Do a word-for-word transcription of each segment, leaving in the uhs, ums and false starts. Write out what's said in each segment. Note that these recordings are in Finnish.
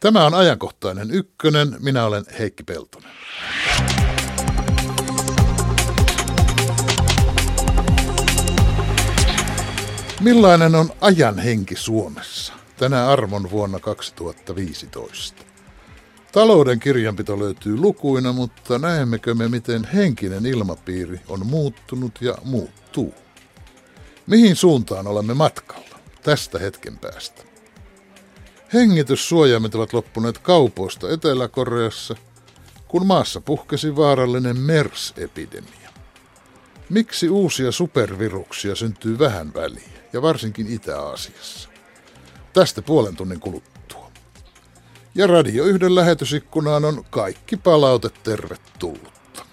Tämä on ajankohtainen ykkönen. Minä olen Heikki Peltonen. Millainen on ajan henki Suomessa tänä armon vuonna kaksituhattaviisitoista? Talouden kirjanpito löytyy lukuina, mutta näemmekö me, miten henkinen ilmapiiri on muuttunut ja muuttuu? Mihin suuntaan olemme matkalla? Tästä hetken päästä. Hengityssuojaimet ovat loppuneet kaupoista Etelä-Koreassa, kun maassa puhkesi vaarallinen MERS-epidemia. Miksi uusia superviruksia syntyy vähän väliä, ja varsinkin Itä-Aasiassa? Tästä puolen tunnin kuluttua. Ja Radio yhden lähetysikkunaan on kaikki palaute tervetullutta.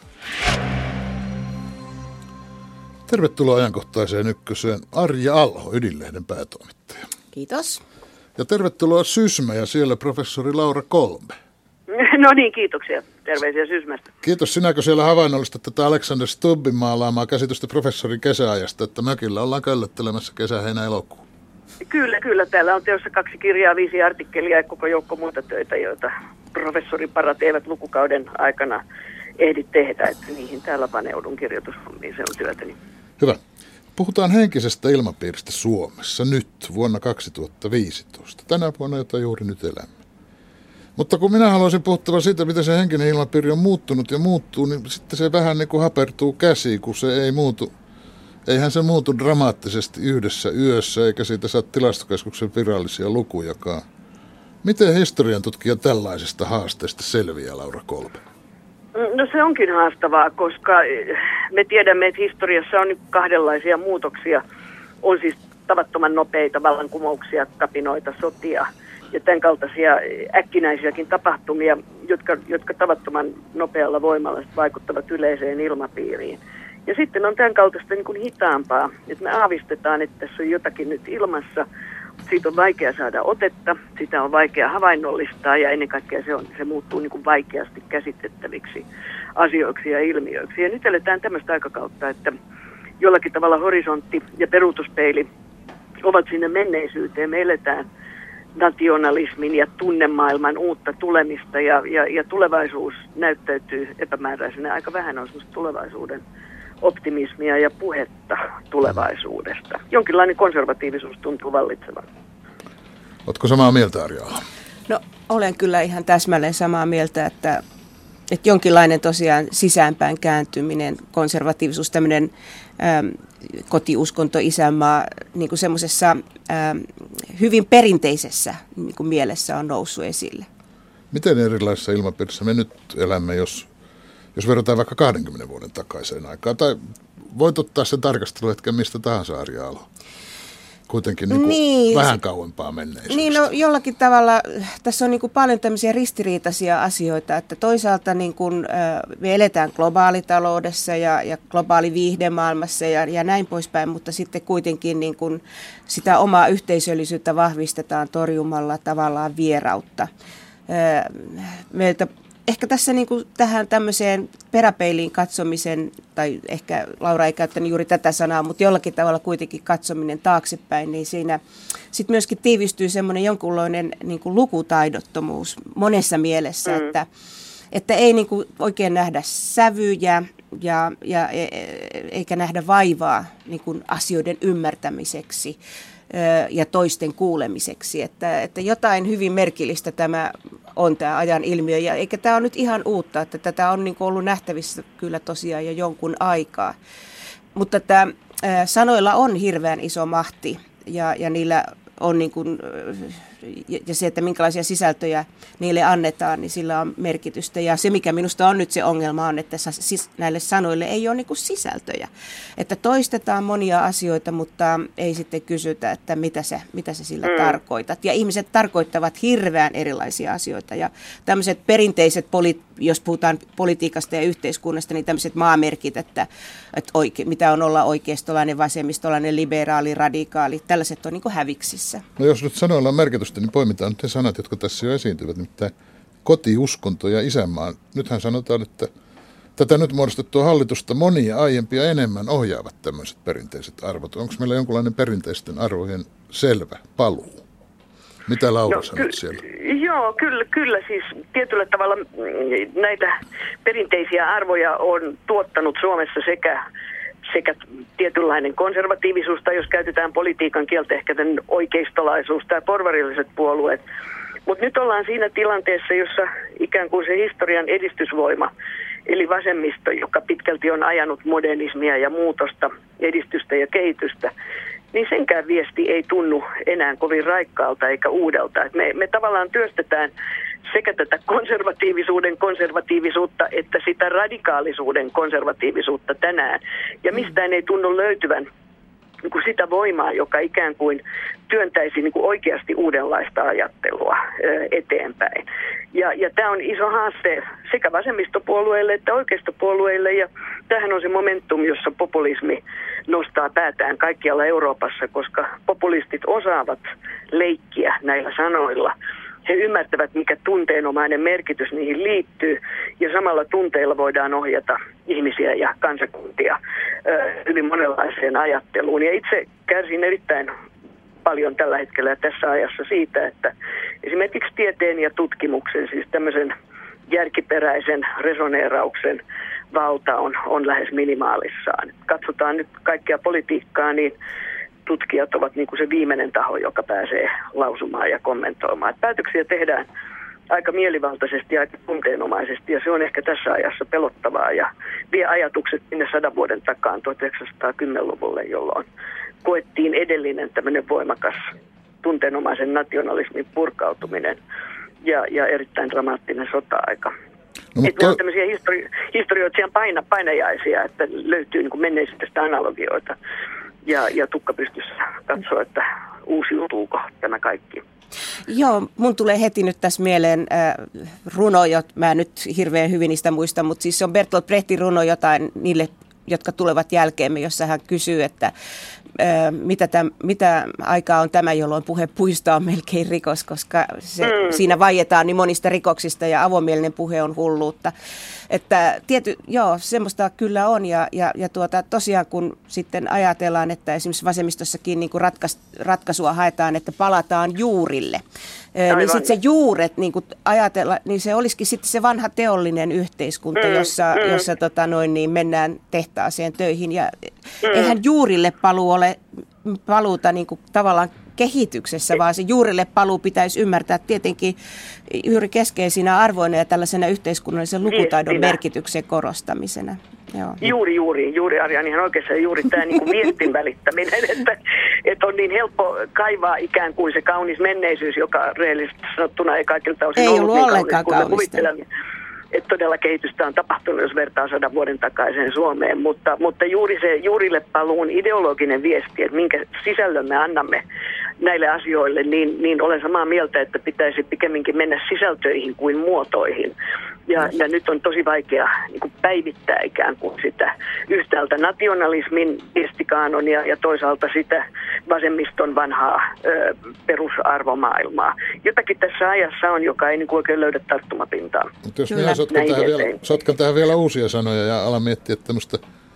Tervetuloa ajankohtaiseen ykköseen Arja Alho, Ydinlehden päätoimittaja. Kiitos. Ja tervetuloa Sysmä ja siellä professori Laura Kolbe. No niin, kiitoksia. Terveisiä Sysmästä. Kiitos. Sinäkö siellä havainnollistat tätä Alexander Stubbin maalaamaa käsitystä professorin kesäajasta, että mökillä ollaan köllöttelemässä kesä, heinä, elokuu? Kyllä, kyllä. Täällä on teossa kaksi kirjaa, viisi artikkelia ja koko joukko muita töitä, joita professorin parat eivät lukukauden aikana ehdi tehdä, että niihin täällä paneudun kirjoitushommiin, se on työtäni. Hyvä. Puhutaan henkisestä ilmapiiristä Suomessa nyt vuonna kaksituhattaviisitoista, tänä vuonna, jota juuri nyt elämme. Mutta kun minä haluaisin puhuttava siitä, miten se henkinen ilmapiiri on muuttunut ja muuttuu, niin sitten se vähän niin kuin hapertuu käsiin, kun se ei muutu. Eihän se muutu dramaattisesti yhdessä yössä, eikä siitä saa tilastokeskuksen virallisia lukujakaan. Miten historian tutkija tällaisesta haasteesta selviää, Laura Kolbe? No se onkin haastavaa, koska me tiedämme, että historiassa on nyt kahdenlaisia muutoksia. On siis tavattoman nopeita vallankumouksia, kapinoita, sotia ja tämän kaltaisia äkkinäisiäkin tapahtumia, jotka, jotka tavattoman nopealla voimalla vaikuttavat yleiseen ilmapiiriin. Ja sitten on tämän kaltaista niin kuin hitaampaa, että me aavistetaan, että tässä on jotakin nyt ilmassa. Siitä on vaikea saada otetta, sitä on vaikea havainnollistaa ja ennen kaikkea se, on, se muuttuu niin kuin vaikeasti käsitettäviksi asioiksi ja ilmiöiksi. Ja nyt eletään tämmöistä aikakautta, että jollakin tavalla horisontti ja peruutuspeili ovat sinne menneisyyteen. Me eletään nationalismin ja tunnemaailman uutta tulemista ja, ja, ja tulevaisuus näyttäytyy epämääräisenä. Aika vähän on semmoista tulevaisuuden optimismia ja puhetta tulevaisuudesta. Jonkinlainen konservatiivisuus tuntuu vallitsevan. Oletko samaa mieltä, Arja? No olen kyllä ihan täsmälleen samaa mieltä, että, että jonkinlainen tosiaan sisäänpäin kääntyminen, konservatiivisuus, tämmöinen ähm, kotiuskonto, isänmaa, niin kuin semmoisessa ähm, hyvin perinteisessä niin kuin mielessä on noussut esille. Miten erilaisessa ilmapiirissä me nyt elämme, jos Jos verrataan vaikka kahdenkymmenen vuoden takaiseen aikaan, tai voit ottaa sen tarkasteluhetken mistä tahansa, Arja Alho. Kuitenkin niin kuin niin, vähän kauempaa menneisyydestä. Niin, no jollakin tavalla tässä on niin kuin paljon tämmöisiä ristiriitaisia asioita, että toisaalta niin kuin, me eletään globaalitaloudessa ja, ja globaali viihdemaailmassa ja, ja näin poispäin, mutta sitten kuitenkin niin kuin sitä omaa yhteisöllisyyttä vahvistetaan torjumalla tavallaan vierautta. Meiltä Ehkä tässä niin kuin tähän tämmöiseen peräpeiliin katsomisen, tai ehkä Laura ei käyttänyt juuri tätä sanaa, mutta jollakin tavalla kuitenkin katsominen taaksepäin, niin siinä sitten myöskin tiivistyy semmoinen jonkunlainen niin kuin lukutaidottomuus monessa mielessä, mm. että, että ei niin kuin oikein nähdä sävyjä ja, ja eikä nähdä vaivaa niin kuin asioiden ymmärtämiseksi ja toisten kuulemiseksi, että, että jotain hyvin merkillistä tämä on tämä ajan ilmiö, ja eikä tämä ole nyt ihan uutta, että tätä on niin kuin ollut nähtävissä kyllä tosiaan jo jonkun aikaa, mutta että sanoilla on hirveän iso mahti, ja, ja niillä on niin kuin, ja se, että minkälaisia sisältöjä niille annetaan, niin sillä on merkitystä. Ja se, mikä minusta on nyt se ongelma, on, että näille sanoille ei ole niin kuin sisältöjä. Että toistetaan monia asioita, mutta ei sitten kysytä, että mitä se, mitä se sillä mm. tarkoitat. Ja ihmiset tarkoittavat hirveän erilaisia asioita. Ja tämmöiset perinteiset, poli- jos puhutaan politiikasta ja yhteiskunnasta, niin tämmöiset maamerkit, että, että oike- mitä on olla oikeistolainen, vasemmistolainen, liberaali, radikaali, tällaiset on niin kuin häviksissä. No jos nyt sanoilla on merkitystä, niin poimitaan nyt ne sanat, jotka tässä jo esiintyvät, nimittäin kotiuskonto ja isänmaa. Nythän sanotaan, että tätä nyt muodostettua hallitusta monia aiempia enemmän ohjaavat tämmöiset perinteiset arvot. Onko meillä jonkinlainen perinteisten arvojen selvä paluu Mitä Laura no, sanot ky- siellä? Joo, kyllä, kyllä siis tietyllä tavalla näitä perinteisiä arvoja on tuottanut Suomessa sekä, sekä tietynlainen konservatiivisuus, tai jos käytetään politiikan kieltä, ehkä tämän oikeistolaisuus tai porvarilliset puolueet. Mutta nyt ollaan siinä tilanteessa, jossa ikään kuin se historian edistysvoima, eli vasemmisto, joka pitkälti on ajanut modernismia ja muutosta, edistystä ja kehitystä, niin senkään viesti ei tunnu enää kovin raikkaalta eikä uudelta. Et me, me tavallaan työstetään sekä tätä konservatiivisuuden konservatiivisuutta että sitä radikaalisuuden konservatiivisuutta tänään. Ja mistään ei tunnu löytyvän niin kuin sitä voimaa, joka ikään kuin työntäisi niin kuin oikeasti uudenlaista ajattelua eteenpäin. Ja, ja tämä on iso haaste sekä vasemmistopuolueille että oikeistopuolueille, ja tämähän on se momentum, jossa populismi nostaa päätään kaikkialla Euroopassa, koska populistit osaavat leikkiä näillä sanoilla. He ymmärtävät, mikä tunteenomainen merkitys niihin liittyy, ja samalla tunteilla voidaan ohjata ihmisiä ja kansakuntia ö, hyvin monenlaiseen ajatteluun. Ja itse kärsin erittäin paljon tällä hetkellä ja tässä ajassa siitä, että esimerkiksi tieteen ja tutkimuksen, siis tämmöisen järkiperäisen resoneerauksen valta on, on lähes minimaalissaan. Katsotaan nyt kaikkea politiikkaa, niin tutkijat ovat niin kuin se viimeinen taho, joka pääsee lausumaan ja kommentoimaan. Että päätöksiä tehdään aika mielivaltaisesti ja aika tunteenomaisesti, ja se on ehkä tässä ajassa pelottavaa ja vie ajatukset sinne sadan vuoden takaan tuhatyhdeksänsataakymmenluvulle, jolloin koettiin edellinen tämmöinen voimakas tunteenomaisen nationalismin purkautuminen ja, ja erittäin dramaattinen sota-aika. No, että on tämmöisiä histori- historioitsijan paina, painajaisia, että löytyy niin kuin menneisyydestä analogioita. Ja, ja tukka pystyssä katsoa, että uusiutuuko tämä kaikki. Joo, mun tulee heti nyt tässä mieleen äh, runo, jota mä nyt hirveän hyvin niistä muista, mutta siis se on Bertolt Brechtin runo jotain niille, jotka tulevat jälkeemme, jossa hän kysyy, että äh, mitä, täm, mitä aikaa on tämä, jolloin puhe puista on melkein rikos, koska se, mm. siinä vaietaan niin monista rikoksista ja avomielinen puhe on hulluutta. Että tiety, joo, semmoista kyllä on, ja, ja, ja tuota, tosiaan kun sitten ajatellaan, että esimerkiksi vasemmistossakin niin kuin ratkais, ratkaisua haetaan, että palataan juurille, Aivan. niin sitten se juuret niin kuin ajatella, niin se olisikin sitten se vanha teollinen yhteiskunta, mm, jossa, mm. jossa tota noin, niin mennään tehtaaseen töihin, ja mm. eihän juurille paluu ole paluuta niin kuin tavallaan kehityksessä, vaan se juurille paluu pitäisi ymmärtää tietenkin juuri keskeisinä arvoina ja tällaisena yhteiskunnallisen lukutaidon viestinä. Merkityksen korostamisena. Joo. Juuri, juuri, juuri Arja on ihan oikeassa, juuri tämä niin kuin viestin välittäminen, että, että on niin helppo kaivaa ikään kuin se kaunis menneisyys, joka rehellisesti sanottuna ei kaikilta osin ei ollut, ollut niin ollenkaan kaunis, kaunista. Että todella kehitystä on tapahtunut, jos vertaa sadan vuoden takaiseen Suomeen, mutta, mutta juuri se juurille paluun ideologinen viesti, että minkä sisällön me annamme näille asioille, niin, niin olen samaa mieltä, että pitäisi pikemminkin mennä sisältöihin kuin muotoihin. Ja, ja nyt on tosi vaikea niin kuin päivittää ikään kuin sitä yhtäältä nationalismin viestikanonia ja toisaalta sitä vasemmiston vanhaa ö, perusarvomaailmaa. Jotakin tässä ajassa on, joka ei niin kuin oikein löydä tarttumapintaa. Mutta jos minä sotkan tähän, vielä, sotkan tähän vielä uusia sanoja ja alan miettiä tämmöistä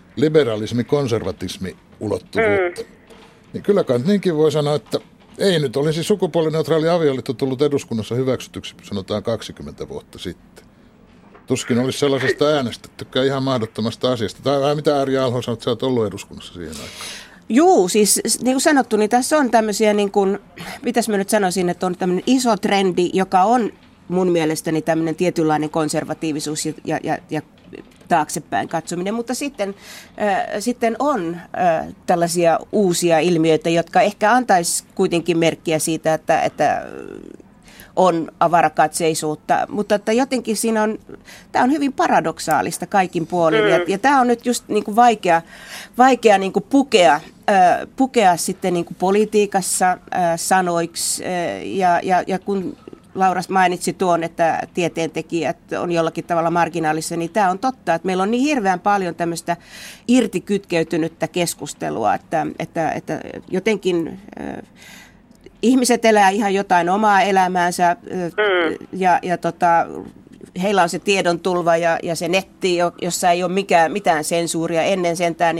liberalismi-konservatismi-ulottuvuutta, mm. niin kyllä kai niinkin voi sanoa, että ei nyt olisi sukupuolineutraali avioliitto tullut eduskunnassa hyväksytyksi, sanotaan kaksikymmentä vuotta sitten. Tuskin olisi sellaisesta äänestettykään ihan mahdottomasta asiasta. Tai mitä Arja Alho sanoi, että sä oot ollut eduskunnassa siihen aikaan? Juu, siis niin kuin sanottu, niin tässä on tämmöisiä, niin kuin, mitäs mä nyt sanoisin, että on tämmöinen iso trendi, joka on mun mielestäni tämmöinen tietynlainen konservatiivisuus ja, ja, ja, ja taaksepäin katsominen, mutta sitten, äh, sitten on äh, tällaisia uusia ilmiöitä, jotka ehkä antaisi kuitenkin merkkiä siitä, että, että on avarakatseisuutta, mutta että jotenkin siinä on, tämä on hyvin paradoksaalista kaikin puolin, mm. ja, ja tämä on nyt just niin kuin vaikea, vaikea niin kuin pukea, äh, pukea sitten niin kuin politiikassa äh, sanoiksi, äh, ja, ja, ja kun Laura mainitsi tuon, että tieteentekijät on jollakin tavalla marginaalissa, niin tämä on totta, että meillä on niin hirveän paljon tämmöistä irtikytkeytynyttä keskustelua, että, että, että jotenkin äh, ihmiset elää ihan jotain omaa elämäänsä mm. ja, ja tota, heillä on se tiedon tulva ja, ja se netti, jossa ei ole mikään, mitään sensuuria. Ennen sentään niin kuin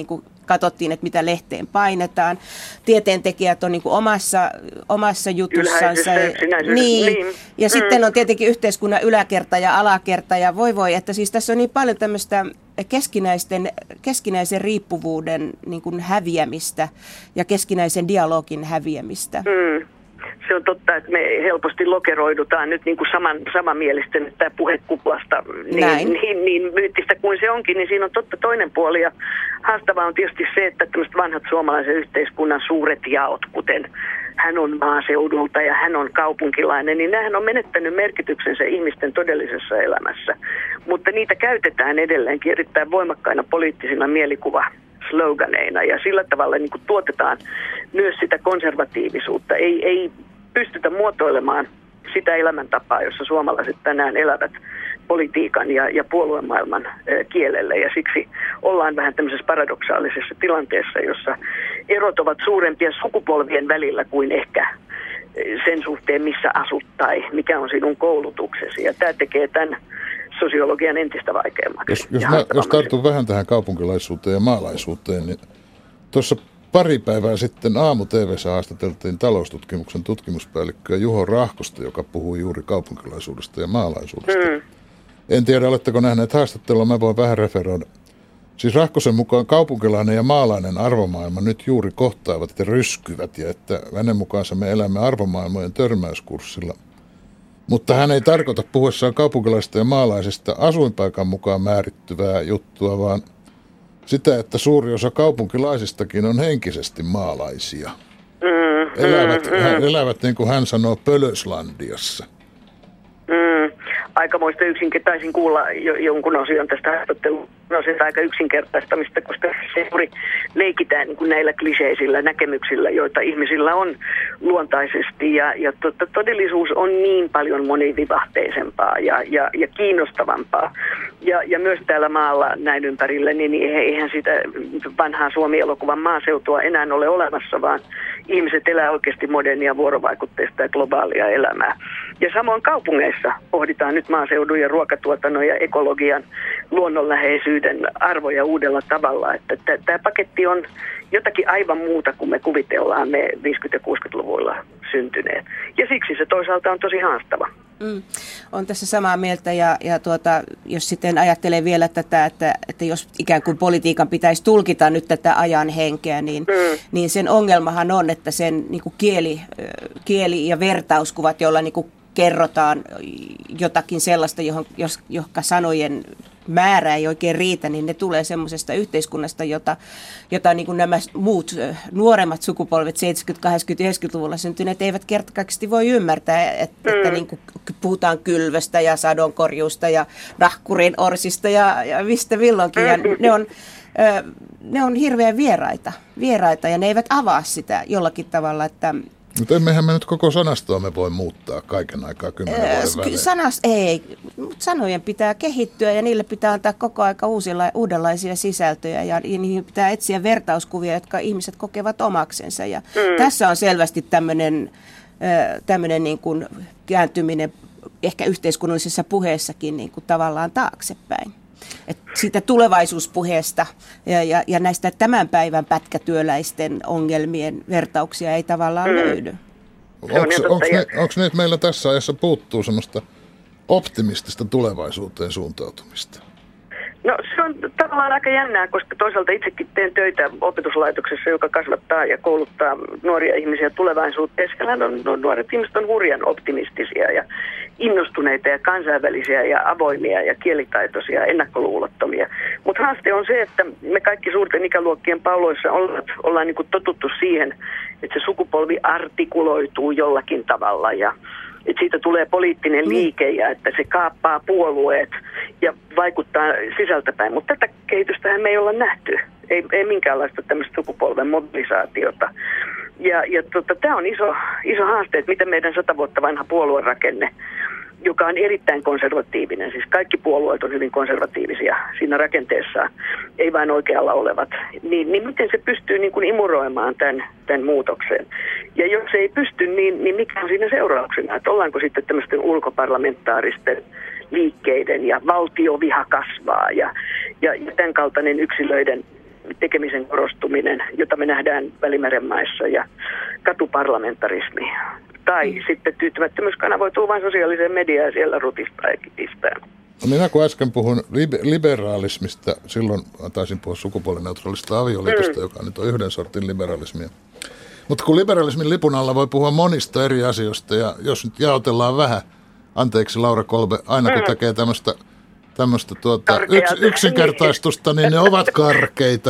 katsottiin, että mitä lehteen painetaan. Tieteentekijät on niin kuin omassa, omassa jutussansa. Niin. niin. Ja mm. sitten on tietenkin yhteiskunnan yläkerta ja alakerta ja voi voi, että siis tässä on niin paljon tämmöistä keskinäisten, keskinäisen riippuvuuden niin kuin häviämistä ja keskinäisen dialogin häviämistä. Mm. Se on totta, että me helposti lokeroidutaan nyt niin kuin saman, samanmielisten että puhekuplasta niin, niin, niin myyttistä kuin se onkin, niin siinä on totta toinen puoli. Ja haastavaa on tietysti se, että tämmöiset vanhat suomalaisen yhteiskunnan suuret jaot, kuten hän on maaseudulta ja hän on kaupunkilainen, niin nämähän on menettänyt merkityksensä ihmisten todellisessa elämässä. Mutta niitä käytetään edelleenkin erittäin voimakkaina poliittisina mielikuva sloganeina ja sillä tavalla niin kuin tuotetaan myös sitä konservatiivisuutta. Ei, ei pystytä muotoilemaan sitä elämäntapaa, jossa suomalaiset tänään elävät politiikan ja, ja puoluemaailman äh, kielelle. Ja siksi ollaan vähän tämmöisessä paradoksaalisessa tilanteessa, jossa erot ovat suurempia sukupolvien välillä kuin ehkä sen suhteen, missä asut tai mikä on sinun koulutuksesi. Ja tämä tekee tämän sosiologian entistä vaikeammaksi. Jos, jos, mä, jos tartun vähän tähän kaupunkilaisuuteen ja maalaisuuteen, niin tuossa pari päivää sitten aamu-T V:ssä haastateltiin taloustutkimuksen tutkimuspäällikköä Juho Rahkosta, joka puhui juuri kaupunkilaisuudesta ja maalaisuudesta. Mm. En tiedä, oletteko nähneet haastattelua, mä voin vähän referoida. Siis Rahkosen mukaan kaupunkilainen ja maalainen arvomaailma nyt juuri kohtaavat ja ryskyvät, ja että hänen mukaansa me elämme arvomaailmojen törmäyskurssilla. Mutta hän ei tarkoita puhuessaan kaupunkilaisista ja maalaisista asuinpaikan mukaan määrittyvää juttua, vaan sitä, että suuri osa kaupunkilaisistakin on henkisesti maalaisia. Mm, elävät, mm, hän, elävät, niin kuin hän sanoo, Pölöslandiassa. Mm, aikamoista yksinkertaisin kuulla jo, jonkun osion tästä haastattelua. No se aika yksinkertaistamista, koska se juuri leikitään niin kuin näillä kliseisillä näkemyksillä, joita ihmisillä on luontaisesti. Ja, ja to, todellisuus on niin paljon monivivahteisempaa ja, ja, ja kiinnostavampaa. Ja, ja myös täällä maalla näin ympärillä, niin eihän sitä vanhaa Suomi-elokuvan maaseutua enää ole olemassa, vaan ihmiset elää oikeasti modernia vuorovaikutteista ja globaalia elämää. Ja samoin kaupungeissa pohditaan nyt maaseudun ja ruokatuotannon ja ekologian luonnonläheisyyden arvoja uudella tavalla. Että tämä paketti on jotakin aivan muuta kuin me kuvitellaan me viisikymmentä- ja kuusikymmentäluvuilla syntyneet. Ja siksi se toisaalta on tosi haastava. Mm, on tässä samaa mieltä ja, ja tuota, jos sitten ajattelee vielä tätä, että, että jos ikään kuin politiikan pitäisi tulkita nyt tätä ajan henkeä, niin, mm. niin sen ongelmahan on, että sen niin kuin kieli, kieli ja vertauskuvat, joilla niin kuin kerrotaan jotakin sellaista, johon, jos, johonka sanojen määrä ei oikein riitä, niin ne tulee semmoisesta yhteiskunnasta, jota, jota niin kuin nämä muut nuoremmat sukupolvet seitsemänkymmentä-, kahdeksankymmentä-, yhdeksänkymmentäluvulla syntyneet eivät kertakaikkisesti voi ymmärtää, että, mm. että niin kuin puhutaan kylvöstä ja sadonkorjuusta ja nahkurin orsista ja, ja mistä milloinkin. Ja ne on, ne on hirveän vieraita, vieraita ja ne eivät avaa sitä jollakin tavalla, että mutta emmehän me nyt koko sanastoa me voi muuttaa kaiken aikaa kymmenen vuoden välein. Sanas ei, mutta sanojen pitää kehittyä ja niille pitää antaa koko aika uusilla, uudenlaisia sisältöjä ja niihin pitää etsiä vertauskuvia, jotka ihmiset kokevat omaksensa. Ja mm. tässä on selvästi tämmöinen, tämmöinen niin kuin kääntyminen ehkä yhteiskunnallisessa puheessakin niin kuin tavallaan taaksepäin. Et siitä tulevaisuuspuheesta ja, ja, ja näistä tämän päivän pätkätyöläisten ongelmien vertauksia ei tavallaan mm. löydy. Onko ne, ne, että meillä tässä ajassa puuttuu semmoista optimistista tulevaisuuteen suuntautumista? No se on tavallaan aika jännää, koska toisaalta itsekin teen töitä opetuslaitoksessa, joka kasvattaa ja kouluttaa nuoria ihmisiä tulevaisuuteen. No, nuoret ihmiset on hurjan optimistisia ja innostuneita ja kansainvälisiä ja avoimia ja kielitaitoisia ja ennakkoluulottomia. Mutta haaste on se, että me kaikki suurten ikäluokkien pauloissa ollaan, ollaan niin kuin totuttu siihen, että se sukupolvi artikuloituu jollakin tavalla ja että siitä tulee poliittinen liike ja että se kaappaa puolueet ja vaikuttaa sisältäpäin. Mutta tätä kehitystähän me ei olla nähty. Ei, ei minkäänlaista tämmöistä sukupolven mobilisaatiota. Ja, ja tota, tämä on iso, iso haaste, että miten meidän sata vuotta vanha puoluerakenne, joka on erittäin konservatiivinen, siis kaikki puolueet on hyvin konservatiivisia siinä rakenteessaan, ei vain oikealla olevat, niin, niin miten se pystyy niin kuin imuroimaan tämän, tämän muutoksen. Ja jos se ei pysty, niin, niin mikä on siinä seurauksena, että ollaanko sitten tämmöisten ulkoparlamentaaristen liikkeiden ja valtioviha kasvaa ja, ja, ja tämän kaltainen yksilöiden tekemisen korostuminen, jota me nähdään Välimeren maissa, ja katuparlamentarismi. Tai mm. sitten tyytymättömyys kanavoituu vain sosiaaliseen mediaan ja siellä rutistaa ja kitistää. No minä kun äsken puhun liberaalismista, silloin taisin puhua sukupuolineutraalista avioliitosta, mm. joka nyt on yhden sortin liberalismia. Mutta kun liberalismin lipun alla voi puhua monista eri asioista, ja jos nyt jaotellaan vähän, anteeksi Laura Kolbe, aina kun mm. tekee tämmöistä tämmöistä tuota, yks, yksinkertaistusta, niin ne ovat karkeita.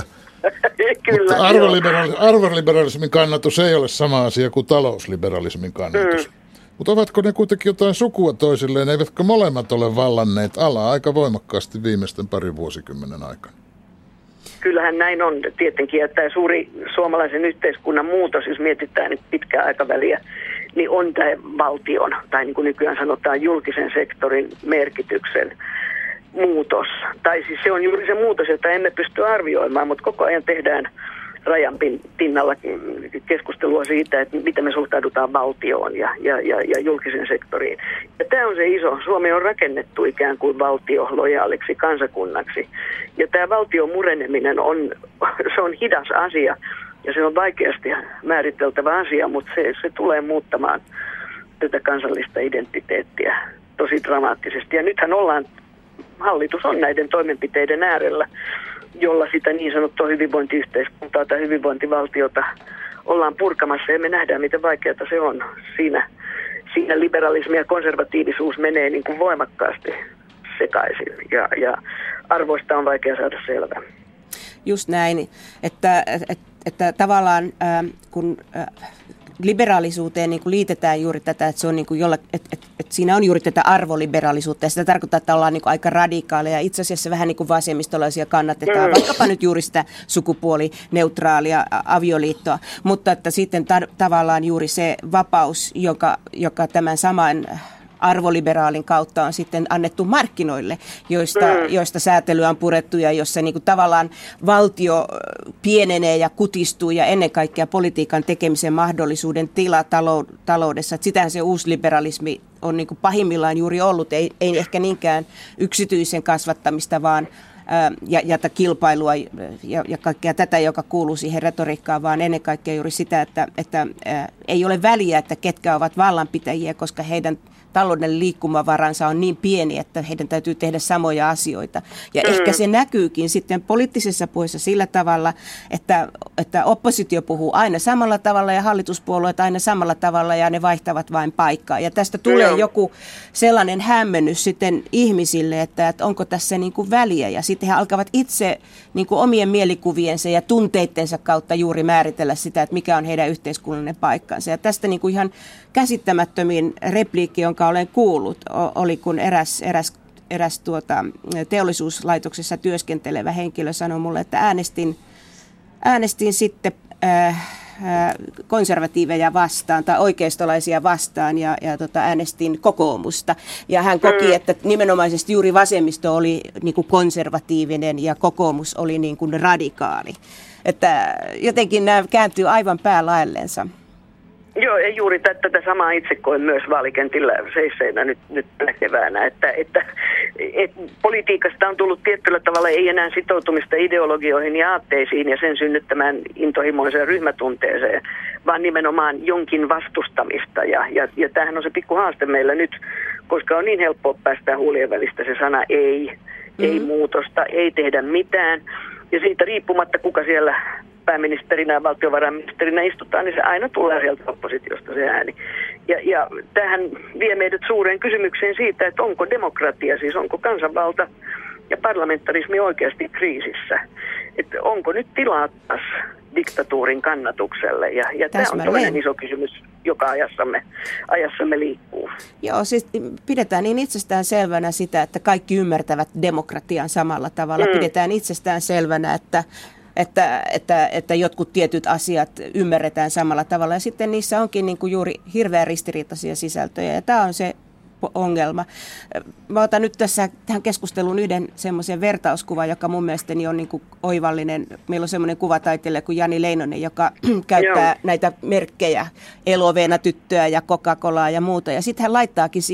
Kyllä, mutta arvoliberalismin, arvoliberalismin kannatus ei ole sama asia kuin talousliberalismin kannatus. Mm. Mutta ovatko ne kuitenkin jotain sukua toisilleen, eivätkö molemmat ole vallanneet alaa aika voimakkaasti viimeisten parin vuosikymmenen aikana? Kyllähän näin on tietenkin, että tämä suuri suomalaisen yhteiskunnan muutos, jos mietitään nyt pitkää aikaväliä, niin on tämä valtion, tai niin kuin nykyään sanotaan julkisen sektorin merkityksen muutos. Tai siis se on juuri se muutos, jota emme pysty arvioimaan, mutta koko ajan tehdään rajan pinnalla keskustelua siitä, että miten me suhtaudutaan valtioon ja, ja, ja, ja julkisen sektoriin. Ja tämä on se iso. Suomi on rakennettu ikään kuin valtio lojaaliksi kansakunnaksi. Ja tämä valtion mureneminen on, se on hidas asia ja se on vaikeasti määriteltävä asia, mutta se, se tulee muuttamaan tätä kansallista identiteettiä tosi dramaattisesti. Ja nythän ollaan, hallitus on näiden toimenpiteiden äärellä, jolla sitä niin sanottua hyvinvointiyhteiskuntaa tai hyvinvointivaltiota ollaan purkamassa, ja me nähdään, miten vaikeaa se on. Siinä, siinä liberalismi ja konservatiivisuus menee niin kuin voimakkaasti sekaisin, ja, ja arvoista on vaikea saada selvää. Just näin, että, että, että tavallaan äh, kun äh, liberaalisuuteen niin kuin liitetään juuri tätä, että, se on niin kuin jolla, että, että, että siinä on juuri tätä arvoliberaalisuutta, ja sitä tarkoittaa, että ollaan niin kuin aika radikaaleja. Itse asiassa vähän niin kuin vasemmistolaisia kannatetaan, mm. vaikkapa nyt juuri sitä sukupuolineutraalia avioliittoa, mutta että sitten ta- tavallaan juuri se vapaus, joka, joka tämän saman arvoliberaalin kautta on sitten annettu markkinoille, joista, mm. joista säätelyä on purettu ja jossa niin kuin tavallaan valtio pienenee ja kutistuu ja ennen kaikkea politiikan tekemisen mahdollisuuden tila talou- taloudessa. Että sitähän se uusliberalismi on niin kuin pahimmillaan juuri ollut, ei, ei ehkä niinkään yksityisen kasvattamista, vaan ja, ja kilpailua ja, ja kaikkea tätä, joka kuuluu siihen retoriikkaan, vaan ennen kaikkea juuri sitä, että, että ää, ei ole väliä, että ketkä ovat vallanpitäjiä, koska heidän talouden liikkumavaransa on niin pieni, että heidän täytyy tehdä samoja asioita. Ja mm. ehkä se näkyykin sitten poliittisessa puheessa sillä tavalla, että, että oppositio puhuu aina samalla tavalla ja hallituspuolueet aina samalla tavalla ja ne vaihtavat vain paikkaa. Ja tästä tulee mm. joku sellainen hämmennys sitten ihmisille, että, että onko tässä niin kuin väliä. Ja sitten he alkavat itse niin kuin omien mielikuviensa ja tunteittensa kautta juuri määritellä sitä, että mikä on heidän yhteiskunnallinen paikkansa. Ja tästä niin kuin ihan käsittämättömin repliikki, jonka olen kuullut, oli kun eräs, eräs, eräs tuota, teollisuuslaitoksessa työskentelevä henkilö sanoi mulle, että äänestin, äänestin sitten äh, konservatiiveja vastaan tai oikeistolaisia vastaan ja, ja tota, äänestin kokoomusta. Ja hän koki, että nimenomaisesti juuri vasemmisto oli niin kuin konservatiivinen ja kokoomus oli niin kuin radikaali. Että jotenkin nämä kääntyy aivan päälaellensa. Joo, ja juuri tätä, tätä samaa itse koen myös vaalikentillä seisseinä nyt, nyt tänä keväänä, että, että et politiikasta on tullut tietyllä tavalla ei enää sitoutumista ideologioihin ja aatteisiin ja sen synnyttämään intohimoiseen ryhmätunteeseen, vaan nimenomaan jonkin vastustamista. Ja, ja, ja tämähän on se pikku haaste meillä nyt, koska on niin helppoa päästää huulien välistä se sana ei, mm-hmm. ei muutosta, ei tehdä mitään. Ja siitä riippumatta, kuka siellä pääministerinä ja valtiovarainministerinä istutaan, niin se aina tulee sieltä oppositiosta se ääni. Ja, ja tämähän vie meidät suureen kysymykseen siitä, että onko demokratia, siis onko kansanvalta ja parlamentarismi oikeasti kriisissä. Että onko nyt tilaa taas diktatuurin kannatukselle. Ja, ja tämä on toinen iso kysymys, joka ajassamme, ajassamme liikkuu. Joo, siis pidetään niin itsestään selvänä sitä, että kaikki ymmärtävät demokratian samalla tavalla. Mm. Pidetään itsestään selvänä, että Että, että, että jotkut tietyt asiat ymmärretään samalla tavalla ja sitten niissä onkin niin kuin juuri hirveän ristiriitaisia sisältöjä ja tämä on se ongelma. Mä otan nyt tässä tähän keskusteluun yhden semmoisen vertauskuvan, joka mun mielestäni on niin kuin oivallinen. Meillä on semmoinen kuvataiteilija kuin Jani Leinonen, joka käyttää Joo. näitä merkkejä, Elovena tyttöä ja Coca-Colaa ja muuta ja sitten hän laittaakin siihen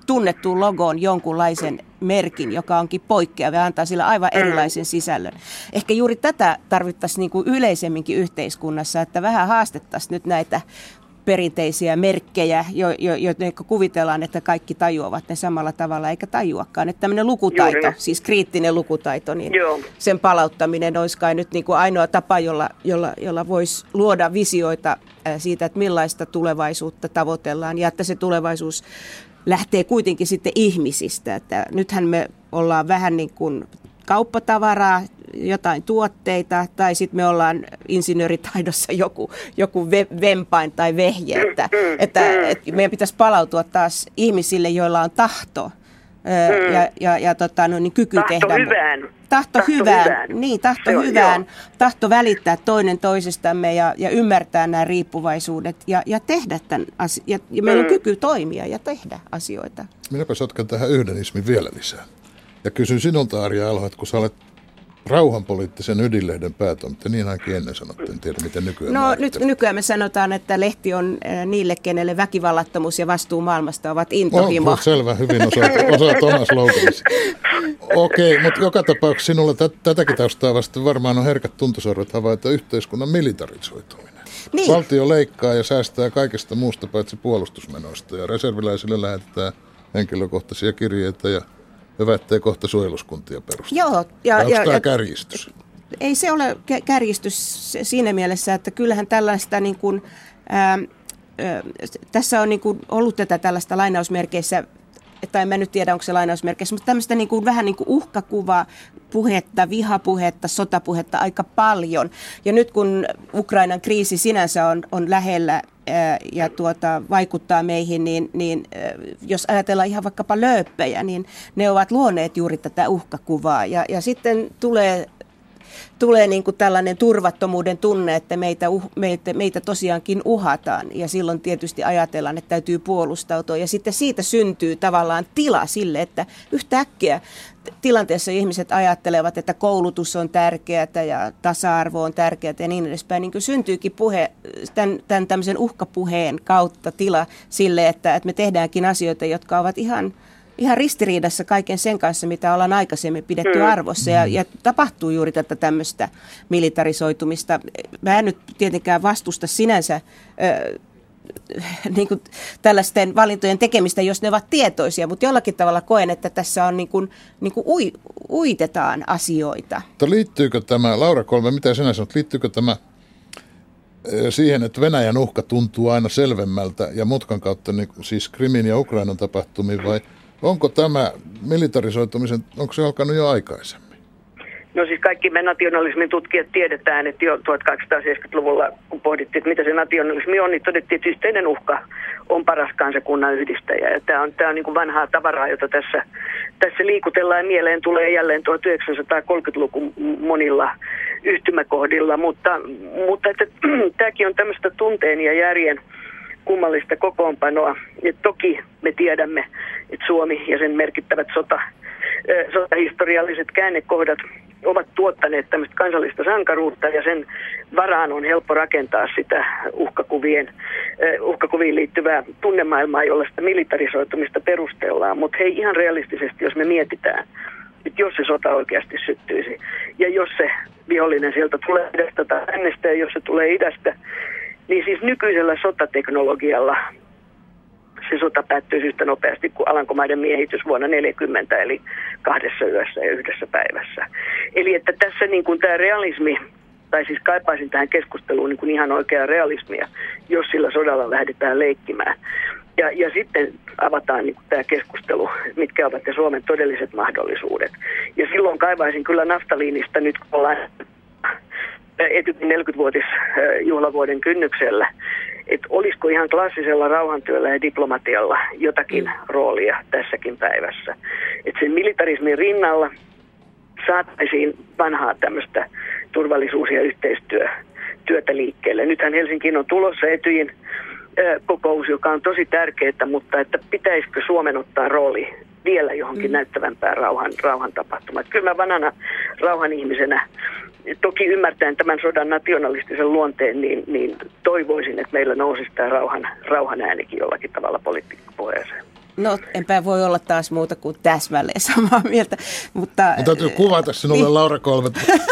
tunnettuun logoon jonkunlaisen merkin, joka onkin poikkeava ja antaa sillä aivan erilaisen sisällön. Ehkä juuri tätä tarvittaisiin niin kuin yleisemminkin yhteiskunnassa, että vähän haastettaisiin nyt näitä perinteisiä merkkejä, joita jo, kuvitellaan, että kaikki tajuavat ne samalla tavalla, eikä tajuakaan. Että tämmöinen lukutaito, Juuri. siis kriittinen lukutaito, niin Joo. sen palauttaminen olisi kai nyt niin kuin ainoa tapa, jolla, jolla, jolla voisi luoda visioita siitä, että millaista tulevaisuutta tavoitellaan, ja että se tulevaisuus lähtee kuitenkin sitten ihmisistä. Että nythän me ollaan vähän niin kuin kauppatavaraa, jotain tuotteita, tai sitten me ollaan insinööritaidossa joku, joku ve, vempain tai vehje, että, että, että meidän pitäisi palautua taas ihmisille, joilla on tahto mm. ja, ja, ja tota, no, niin kyky tahto tehdä. Hyvään. Tahto, tahto hyvään. hyvään. Niin, tahto on, hyvään. Joo. Tahto välittää toinen toisestamme ja, ja ymmärtää nämä riippuvaisuudet ja, ja tehdä tämän asia. Ja, ja meillä mm. on kyky toimia ja tehdä asioita. Minäpä sotken tähän yhden ismin vielä lisää. Ja kysyn sinulta, Arja Alho, että kun sä olet rauhanpoliittisen ydinlehden päätoimittaja, niin ainakin ennen sanottiin, en tiedä miten nykyään. No nyt nykyään me sanotaan, että lehti on niille, kenelle väkivallattomuus ja vastuu maailmasta ovat intohimo. Oh, selvä, hyvin osaat, osaat oman sloganisi. Okei, okay, mutta joka tapauksessa sinulla t- tätäkin taustaa vasta varmaan on herkät tuntosorvet havaita yhteiskunnan militarisoituminen. Niin. Valtio leikkaa ja säästää kaikesta muusta paitsi puolustusmenoista ja reserviläisille lähetetään henkilökohtaisia kirjeitä ja hyvättää kohta suojeluskuntia perustaa. Joo. Ja, onko ja, tämä ja, kärjistys? Ei se ole kärjistys siinä mielessä, että kyllähän tällaista niin kuin, ää, ää, tässä on niin kuin ollut tätä tällaista lainausmerkeissä, tai en mä nyt tiedä, onko se lainausmerkeissä, mutta tämmöistä niin kuin, vähän niin kuin uhkakuvaa, puhetta, vihapuhetta, sotapuhetta aika paljon. Ja nyt kun Ukrainan kriisi sinänsä on, on lähellä ää, ja tuota, vaikuttaa meihin, niin, niin ää, jos ajatellaan ihan vaikkapa lööppejä, niin ne ovat luoneet juuri tätä uhkakuvaa. Ja, ja sitten tulee... Tulee niin kuin tällainen turvattomuuden tunne, että meitä, uh, meitä, meitä tosiaankin uhataan ja silloin tietysti ajatellaan, että täytyy puolustautua ja sitten siitä syntyy tavallaan tila sille, että yhtäkkiä tilanteessa ihmiset ajattelevat, että koulutus on tärkeää ja tasa-arvo on tärkeää ja niin edespäin, niin kuin syntyykin puhe, tämän, tämän tämmöisen uhkapuheen kautta tila sille, että, että me tehdäänkin asioita, jotka ovat ihan Ihan ristiriidassa kaiken sen kanssa, mitä ollaan aikaisemmin pidetty mm. arvossa. Ja, ja tapahtuu juuri tätä tämmöistä militarisoitumista. Mä en nyt tietenkään vastusta sinänsä ö, niin kuin tällaisten valintojen tekemistä, jos ne ovat tietoisia. Mutta jollakin tavalla koen, että tässä on niin kuin, niin kuin ui, uitetaan asioita. Mutta liittyykö tämä, Laura Kolme, mitä sinä sanot, liittyykö tämä siihen, että Venäjän uhka tuntuu aina selvemmältä ja mutkan kautta niin siis Krimin ja Ukrainan tapahtumiin vai onko tämä militarisoitumisen, onko se alkanut jo aikaisemmin? No siis kaikki me nationalismin tutkijat tiedetään, että jo tuhatkahdeksansataaseitsemänkymmentäluvulla, kun pohdittiin, että mitä se nationalismi on, niin todettiin, että yhteinen uhka on paras kansakunnan yhdistäjä. Ja tämä on, tämä on niin kuin vanhaa tavaraa, jota tässä, tässä liikutellaan ja mieleen tulee jälleen tuhatyhdeksänsataakolmekymmentäluku monilla yhtymäkohdilla, mutta, mutta että, tämäkin on tämmöistä tunteen ja järjen kummallista kokoonpanoa. Ja toki me tiedämme, että Suomi ja sen merkittävät sota, sotahistorialliset käännekohdat ovat tuottaneet tämmöistä kansallista sankaruutta ja sen varaan on helppo rakentaa sitä uhkakuvien, uhkakuviin liittyvää tunnemaailmaa, jolla sitä militarisoitumista perustellaan. Mutta hei, ihan realistisesti, jos me mietitään, että jos se sota oikeasti syttyisi ja jos se vihollinen sieltä tulee idästä tai lännestä ja jos se tulee idästä, niin siis nykyisellä sotateknologialla se sota päättyisi yhtä nopeasti kuin Alankomaiden miehitys vuonna neljäkymmentä, eli kahdessa yössä ja yhdessä päivässä. Eli että tässä niin kuin tämä realismi, tai siis kaipaisin tähän keskusteluun niin kuin ihan oikeaa realismia, jos sillä sodalla lähdetään leikkimään. Ja, ja sitten avataan niin kuin tämä keskustelu, mitkä ovat ne Suomen todelliset mahdollisuudet. Ja silloin kaivaisin kyllä naftaliinista nyt, kun ollaan Etykin neljäkymmenvuotisjuhlavuoden kynnyksellä, että olisiko ihan klassisella rauhantyöllä ja diplomatialla jotakin roolia tässäkin päivässä. Että sen militarismin rinnalla saataisiin vanhaa tämmöistä turvallisuus- ja yhteistyötä liikkeelle. Nythän Helsinkiin on tulossa Etyjin kokous, joka on tosi tärkeää, mutta että pitäisikö Suomen ottaa rooli vielä johonkin mm. näyttävämpään rauhan, rauhan tapahtumaan. Kyllä mä vanhana rauhan ihmisenä, toki ymmärtäen tämän sodan nationalistisen luonteen, niin, niin toivoisin, että meillä nousisi tämä rauhan, rauhan äänikin jollakin tavalla poliitikkopuheeseen. No, enpä voi olla taas muuta kuin täsmälleen samaa mieltä, mutta... Mutta täytyy kuvata sinulle, niin. Laura Kolbe,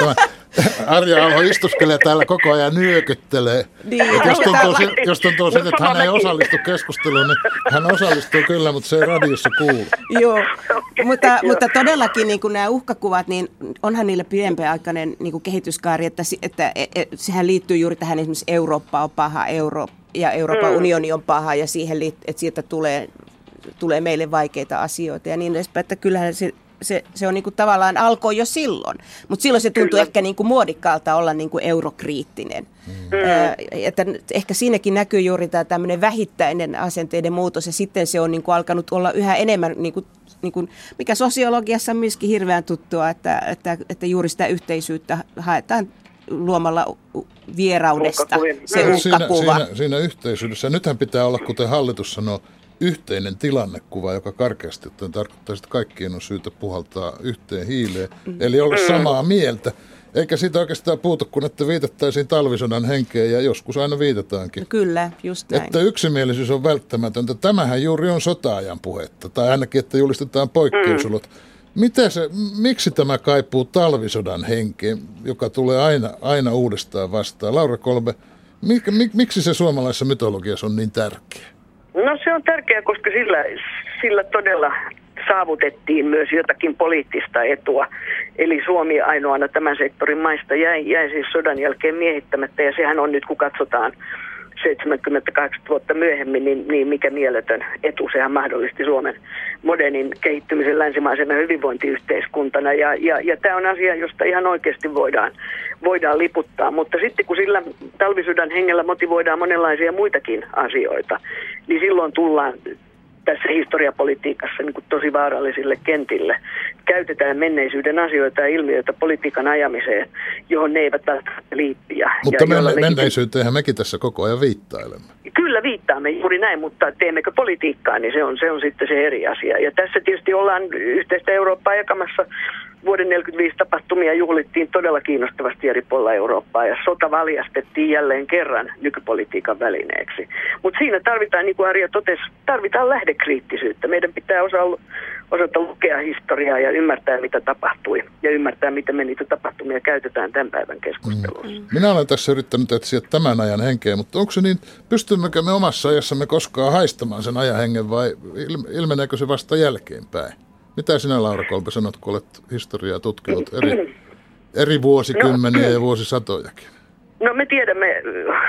Arja Alho istuskelee täällä koko ajan nyökyttelee. Niin, jos tuntuu, si- jos tuntuu siitä, että hän ei osallistu keskusteluun, niin hän osallistuu kyllä, mutta se ei radiossa kuulu. Joo, mutta, mutta todellakin niin kuin nämä uhkakuvat, niin onhan niillä pidempiaikainen niin kuin kehityskaari, että, että, että sehän liittyy juuri tähän esimerkiksi Eurooppa on paha, Eurooppa ja Euroopan mm. unioni on paha ja siihen, että siitä tulee... tulee meille vaikeita asioita ja niin edespäin, että kyllähän se, se, se on niin kuin tavallaan alkoi jo silloin, mutta silloin se tuntui Kyllä. ehkä niin kuin muodikkaalta olla niin kuin eurokriittinen. Mm. Äh, että ehkä siinäkin näkyy juuri tämä tämmöinen vähittäinen asenteiden muutos ja sitten se on niin kuin alkanut olla yhä enemmän, niin kuin, niin kuin, mikä sosiologiassa on myöskin hirveän tuttua, että, että, että juuri sitä yhteisyyttä haetaan luomalla vieraudesta se uhkakuva. Siinä, siinä yhteisöydessä. Nythän pitää olla, kuten hallitus sanoo, yhteinen tilannekuva, joka karkeasti ottaen tarkoittaa, että kaikkien on syytä puhaltaa yhteen hiileen, mm. eli olla samaa mieltä. Eikä siitä oikeastaan puutu, kun että viitattaisiin talvisodan henkeen, ja joskus aina viitataankin. Kyllä, just näin. Että yksimielisyys on välttämätöntä. Tämähän juuri on sota-ajan puhetta, tai ainakin, että julistetaan poikkeusolot. Mm. Mitä se, miksi tämä kaipuu talvisodan henkeen, joka tulee aina, aina uudestaan vastaan? Laura Kolbe, mik, mik, miksi se suomalaisessa mytologiassa on niin tärkeä? No se on tärkeää, koska sillä, sillä todella saavutettiin myös jotakin poliittista etua. Eli Suomi ainoana tämän sektorin maista jäi, jäi siis sodan jälkeen miehittämättä ja sehän on nyt, kun katsotaan seitsemänkymmentäkahdeksan vuotta myöhemmin, niin, niin mikä mieletön etu. Sehän mahdollisti Suomen modernin kehittymisen länsimaisena hyvinvointiyhteiskuntana. Ja, ja, ja tämä on asia, josta ihan oikeasti voidaan, voidaan liputtaa. Mutta sitten kun sillä talvisodan hengellä motivoidaan monenlaisia muitakin asioita, niin silloin tullaan tässä historiapolitiikassa niin kuin tosi vaarallisille kentille. Käytetään menneisyyden asioita ja ilmiöitä politiikan ajamiseen, johon ne eivät välttämättä liitty. Mutta menne- menneisyyteenhän mekin tässä koko ajan viittailemme. Kyllä viittaamme juuri näin, mutta teemmekö politiikkaa, niin se on, se on sitten se eri asia. Ja tässä tietysti ollaan yhteistä Eurooppaa jakamassa. Vuoden tuhatyhdeksänsataaneljäkymmentäviisi tapahtumia juhlittiin todella kiinnostavasti eri puolilla Eurooppaa ja sota valjastettiin jälleen kerran nykypolitiikan välineeksi. Mutta siinä tarvitaan, niin kuin Arja totesi, tarvitaan lähdekriittisyyttä. Meidän pitää osata, osata lukea historiaa ja ymmärtää, mitä tapahtui ja ymmärtää, miten me niitä tapahtumia käytetään tämän päivän keskustelussa. Minä olen tässä yrittänyt etsiä tämän ajan henkeä, mutta onko se niin, pystymmekö me omassa ajassamme koskaan haistamaan sen ajan hengen vai ilmeneekö se vasta jälkeenpäin? Mitä sinä, Laura Kolbe, sanot, kun olet historiaa tutkinut eri, eri vuosikymmeniä no, ja vuosisatojakin? No me tiedämme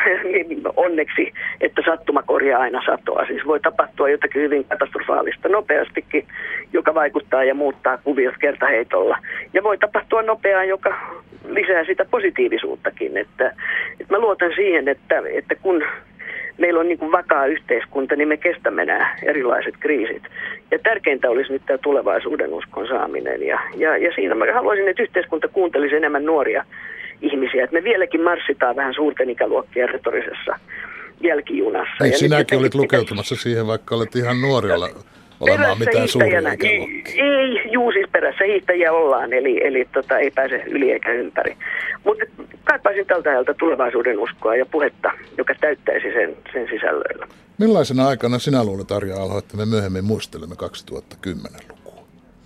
onneksi, että sattuma korjaa aina satoa. Siis voi tapahtua jotakin hyvin katastrofaalista nopeastikin, joka vaikuttaa ja muuttaa kuviot kertaheitolla. Ja voi tapahtua nopeaa, joka lisää sitä positiivisuuttakin. Että, että mä luotan siihen, että, että kun meillä on niin kuin vakaa yhteiskunta, niin me kestämme nämä erilaiset kriisit. Ja tärkeintä olisi nyt tämä tulevaisuuden uskon saaminen. Ja, ja, ja siinä mä haluaisin, että yhteiskunta kuuntelisi enemmän nuoria ihmisiä. Että me vieläkin marssitaan vähän suurten ikäluokkien retorisessa jälkijunassa. Ei, ja sinäkin olit lukeutumassa siihen, vaikka olet ihan nuorilla olemaan mitään suuria ikäluokkia. Ei, juu siis perässä hiihtäjiä ollaan, eli, eli tota, ei pääse yli eikä ympäri. Mutta kaipaisin tältä ajalta tulevaisuuden uskoa ja puhetta, joka täyttäisi sen, sen sisällöillä. Millaisena aikana sinä luulet, Arja Alho, että me myöhemmin muistelemme kaksituhattakymmenen-lukua?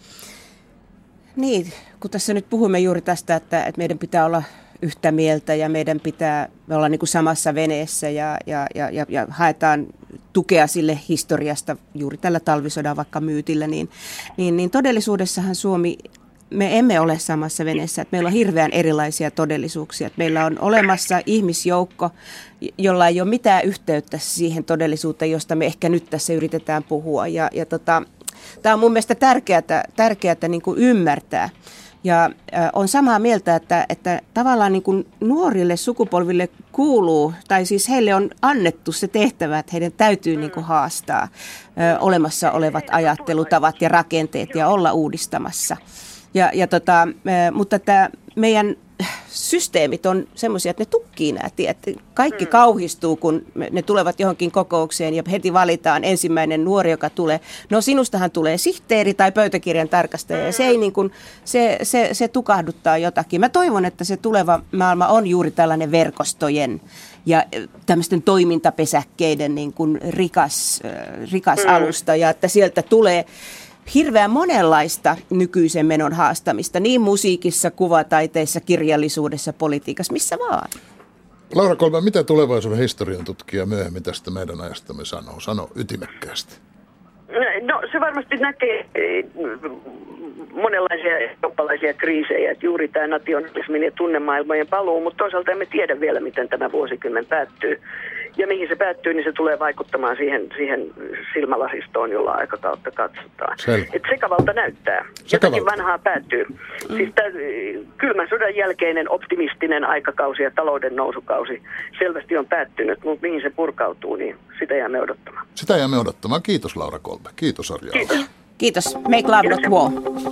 Niin, kun tässä nyt puhumme juuri tästä, että, että meidän pitää olla yhtä mieltä ja meidän pitää olla niin kuin samassa veneessä ja, ja, ja, ja, ja haetaan tukea sille historiasta juuri tällä talvisodan vaikka myytillä, niin, niin, niin todellisuudessahan Suomi, me emme ole samassa veneessä. Että meillä on hirveän erilaisia todellisuuksia. Että meillä on olemassa ihmisjoukko, jolla ei ole mitään yhteyttä siihen todellisuuteen, josta me ehkä nyt tässä yritetään puhua. Ja, ja tota, tämä on mun mielestä tärkeää, tärkeää niin kuin ymmärtää. Ja äh, on samaa mieltä, että, että tavallaan niin kuin nuorille sukupolville kuuluu, tai siis heille on annettu se tehtävä, että heidän täytyy niin kuin haastaa äh, olemassa olevat ajattelutavat ja rakenteet ja olla uudistamassa. Ja, ja tota, äh, mutta tämä meidän systeemit on semmoisia, että ne tukkii nämä tiet. Kaikki mm. kauhistuu, kun ne tulevat johonkin kokoukseen ja heti valitaan ensimmäinen nuori, joka tulee. No sinustahan tulee sihteeri tai pöytäkirjan tarkastaja ja se, ei niin kuin, se, se, se tukahduttaa jotakin. Mä toivon, että se tuleva maailma on juuri tällainen verkostojen ja tämmöisten toimintapesäkkeiden niin kuin rikas, rikas mm. alusta ja että sieltä tulee hirveän monenlaista nykyisen menon haastamista, niin musiikissa, kuvataiteissa, kirjallisuudessa, politiikassa, missä vaan. Laura Kolbe, mitä tulevaisuuden historian tutkija myöhemmin tästä meidän ajastamme sanoo? Sano ytimekkäästi. No se varmasti näkee monenlaisia eurooppalaisia kriisejä, että juuri tämä nationalismin ja tunnemaailmojen paluu, mutta toisaalta emme tiedä vielä, miten tämä vuosikymmen päättyy. Ja mihin se päättyy, niin se tulee vaikuttamaan siihen, siihen silmälasistoon, jolla aikakautta katsotaan. Että sekavalta näyttää. Jotakin vanhaa päättyy. Mm. Siis tämä kylmän sodan jälkeinen optimistinen aikakausi ja talouden nousukausi selvästi on päättynyt, mutta mihin se purkautuu, niin sitä jäämme odottamaan. Sitä jäämme odottamaan. Kiitos Laura Kolbe. Kiitos Arja. Kiitos. Kiitos. Make love, not war.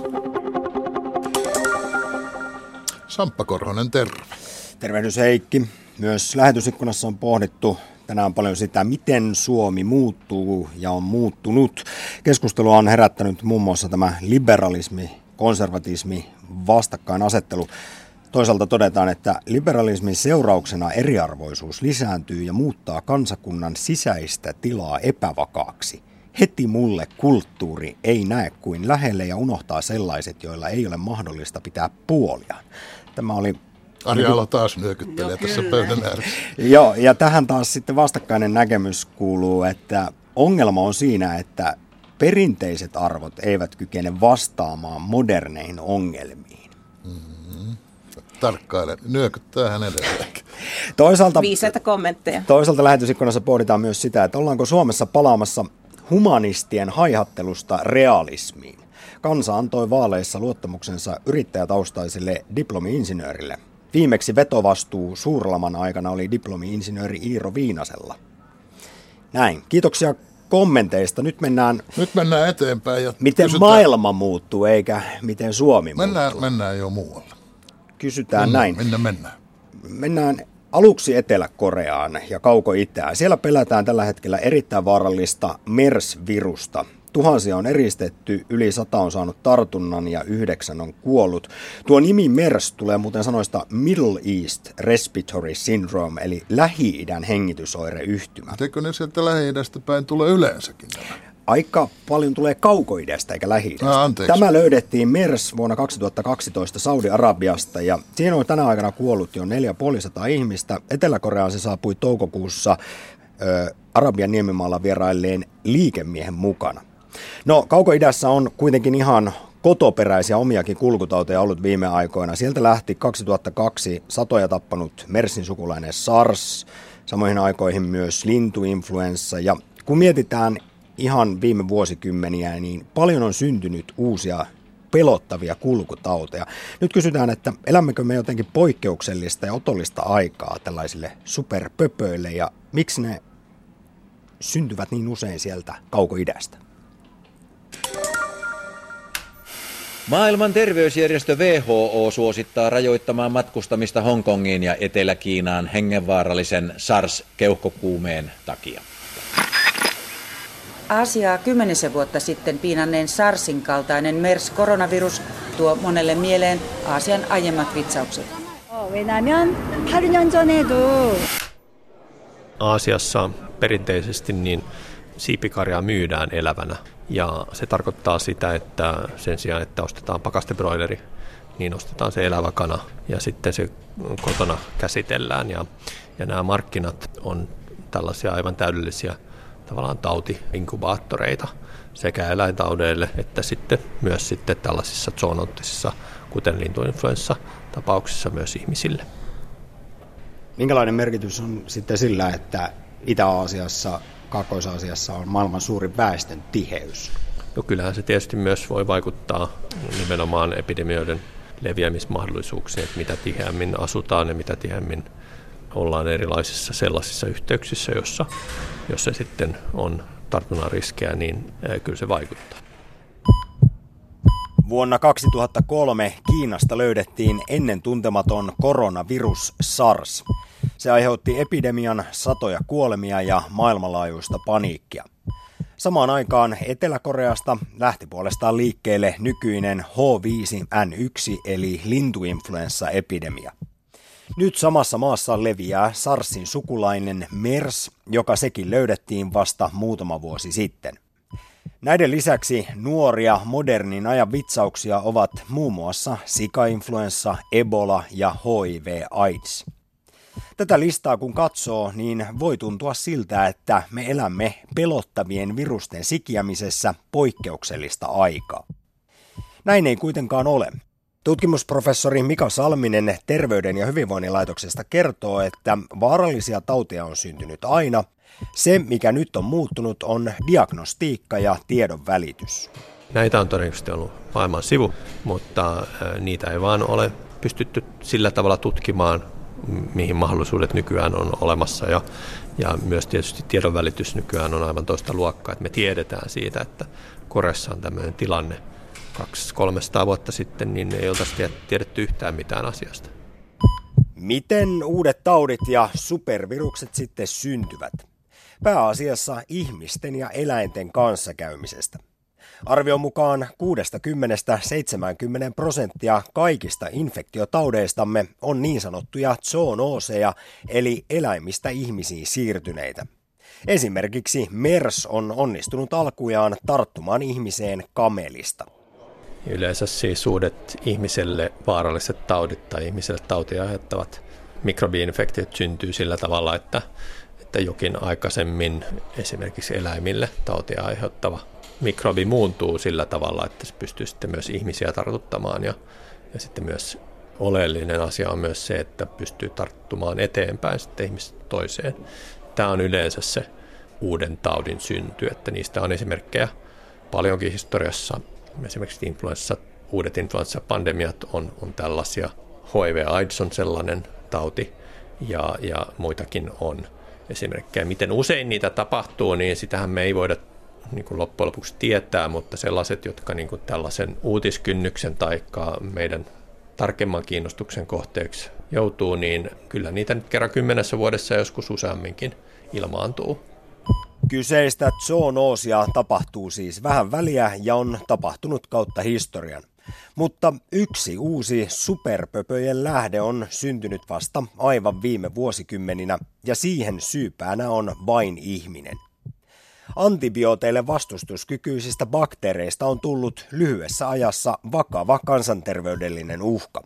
Samppa Korhonen, terve. Tervehdys Heikki. Myös lähetysikkunassa on pohdittu tänään paljon sitä, miten Suomi muuttuu ja on muuttunut. Keskustelua on herättänyt muun muassa tämä liberalismi, konservatismi, vastakkainasettelu. Toisaalta todetaan, että liberalismin seurauksena eriarvoisuus lisääntyy ja muuttaa kansakunnan sisäistä tilaa epävakaaksi. Heti mulle kulttuuri ei näe kuin lähelle ja unohtaa sellaiset, joilla ei ole mahdollista pitää puoliaan. Tämä oli Arja Alo taas nyökyttelee no, tässä pöydän ääressä. Joo, ja tähän taas sitten vastakkainen näkemys kuuluu, että ongelma on siinä, että perinteiset arvot eivät kykene vastaamaan moderneihin ongelmiin. Mm-hmm. Tarkkaile, nyökyttää hän edelleenkin. Toisaalta, Viisaita kommentteja. Toisaalta lähetysikkunassa pohditaan myös sitä, että ollaanko Suomessa palaamassa humanistien haihattelusta realismiin. Kansa antoi vaaleissa luottamuksensa yrittäjätaustaiselle diplomi-insinöörille. Viimeksi vetovastuu suurlaman aikana oli diplomi-insinööri Iiro Viinasella. Näin. Kiitoksia kommenteista. Nyt mennään, Nyt mennään eteenpäin. Ja miten kysytään, maailma muuttuu, eikä miten Suomi mennään, muuttuu. Mennään jo muualle. Kysytään mennään, näin. Minne mennään? Mennään aluksi Etelä-Koreaan ja Kauko-Itään. Siellä pelätään tällä hetkellä erittäin vaarallista MERS-virusta. Tuhansia on eristetty, yli sata on saanut tartunnan ja yhdeksän on kuollut. Tuo nimi MERS tulee muuten sanoista Middle East Respiratory Syndrome, eli Lähi-idän hengitysoireyhtymä. Eikö ne sieltä Lähi-idästä päin tule yleensäkin? Aika paljon tulee Kauko-idästä eikä Lähi-idästä. Ah, Tämä löydettiin MERS vuonna kaksituhattakaksitoista Saudi-Arabiasta ja siinä on tänä aikana kuollut jo neljätuhatta ihmistä. Etelä-Koreaan se saapui toukokuussa ö, Arabian niemimaalla vierailleen liikemiehen mukana. No, Kauko-idässä on kuitenkin ihan kotoperäisiä omiakin kulkutauteja ollut viime aikoina. Sieltä lähti kaksituhattakaksi satoja tappanut MERSin sukulainen SARS, samoihin aikoihin myös lintuinfluenssa. Ja kun mietitään ihan viime vuosikymmeniä, niin paljon on syntynyt uusia pelottavia kulkutauteja. Nyt kysytään, että elämmekö me jotenkin poikkeuksellista ja otollista aikaa tällaisille superpöpöille ja miksi ne syntyvät niin usein sieltä Kauko-idästä? Maailman terveysjärjestö W H O suosittaa rajoittamaan matkustamista Hongkongiin ja Etelä-Kiinaan hengenvaarallisen SARS-keuhkokuumeen takia. Aasiaa kymmenisen vuotta sitten piinanneen SARSin kaltainen MERS-koronavirus tuo monelle mieleen Aasian aiemmat vitsaukset. Aasiassa perinteisesti niin siipikarjaa myydään elävänä ja se tarkoittaa sitä, että sen sijaan, että ostetaan pakastebroileri, niin ostetaan se elävä kana ja sitten se kotona käsitellään ja, ja nämä markkinat on tällaisia aivan täydellisiä tavallaan tauti-inkubaattoreita sekä eläintaudeille että sitten myös sitten tällaisissa zoonoottisissa, kuten lintuinfluenssa-tapauksissa myös ihmisille. Minkälainen merkitys on sitten sillä, että Itä-Aasiassa, Kaakkois-Aasiassa on maailman suurin väestön tiheys? No kyllähän se tietysti myös voi vaikuttaa nimenomaan epidemioiden leviämismahdollisuuksiin, että mitä tiheämmin asutaan ja mitä tiheämmin ollaan erilaisissa sellaisissa yhteyksissä, jossa, jos se sitten on tartunnan riskejä, niin kyllä se vaikuttaa. Vuonna kaksituhattakolme Kiinasta löydettiin ennen tuntematon koronavirus SARS. Se aiheutti epidemian, satoja kuolemia ja maailmanlaajuista paniikkia. Samaan aikaan Etelä-Koreasta lähti puolestaan liikkeelle nykyinen H viisi N yksi eli lintuinfluenssaepidemia. Nyt samassa maassa leviää SARSin sukulainen MERS, joka sekin löydettiin vasta muutama vuosi sitten. Näiden lisäksi nuoria modernin ajan vitsauksia ovat muun muassa sikainfluenssa, Ebola ja H I V/AIDS. Tätä listaa kun katsoo, niin voi tuntua siltä, että me elämme pelottavien virusten sikiämisessä poikkeuksellista aikaa. Näin ei kuitenkaan ole. Tutkimusprofessori Mika Salminen Terveyden ja hyvinvoinnin laitoksesta kertoo, että vaarallisia tauteja on syntynyt aina. Se, mikä nyt on muuttunut, on diagnostiikka ja tiedon välitys. Näitä on todennäköisesti ollut maailman sivu, mutta niitä ei vaan ole pystytty sillä tavalla tutkimaan, mihin mahdollisuudet nykyään on olemassa. Ja, ja myös tietysti tiedon välitys nykyään on aivan toista luokkaa, että me tiedetään siitä, että Koreassa on tämmöinen tilanne. kaksisataa kolmesataa vuotta sitten, niin ei oltaisi tiedetty yhtään mitään asiasta. Miten uudet taudit ja supervirukset sitten syntyvät? Pääasiassa ihmisten ja eläinten kanssakäymisestä. Arvion mukaan kuudestakymmenestä seitsemäänkymmeneen prosenttia kaikista infektiotaudeistamme on niin sanottuja zoonooseja, eli eläimistä ihmisiin siirtyneitä. Esimerkiksi MERS on onnistunut alkujaan tarttumaan ihmiseen kamelista. Yleensä siis uudet ihmiselle vaaralliset taudit tai ihmiselle tautia aiheuttavat mikrobi-infektiot syntyy sillä tavalla, että, että jokin aikaisemmin esimerkiksi eläimille tautia aiheuttava mikrobi muuntuu sillä tavalla, että se pystyy sitten myös ihmisiä tartuttamaan. Ja, ja sitten myös oleellinen asia on myös se, että pystyy tarttumaan eteenpäin sitten ihmistä toiseen. Tämä on yleensä se uuden taudin synty, että niistä on esimerkkejä paljonkin historiassa. Esimerkiksi influenssa, uudet influenssapandemiat on, on tällaisia. H I V/AIDS on sellainen tauti ja, ja muitakin on esimerkkejä. Miten usein niitä tapahtuu, niin sitähän me ei voida niin kuin loppujen lopuksi tietää, mutta sellaiset, jotka niin kuin tällaisen uutiskynnyksen tai meidän tarkemman kiinnostuksen kohteeksi joutuu, niin kyllä niitä nyt kerran kymmenessä vuodessa joskus useamminkin ilmaantuu. Kyseistä zoonoosia tapahtuu siis vähän väliä ja on tapahtunut kautta historian. Mutta yksi uusi superpöpöjen lähde on syntynyt vasta aivan viime vuosikymmeninä ja siihen syypäänä on vain ihminen. Antibiooteille vastustuskykyisistä bakteereista on tullut lyhyessä ajassa vakava kansanterveydellinen uhka.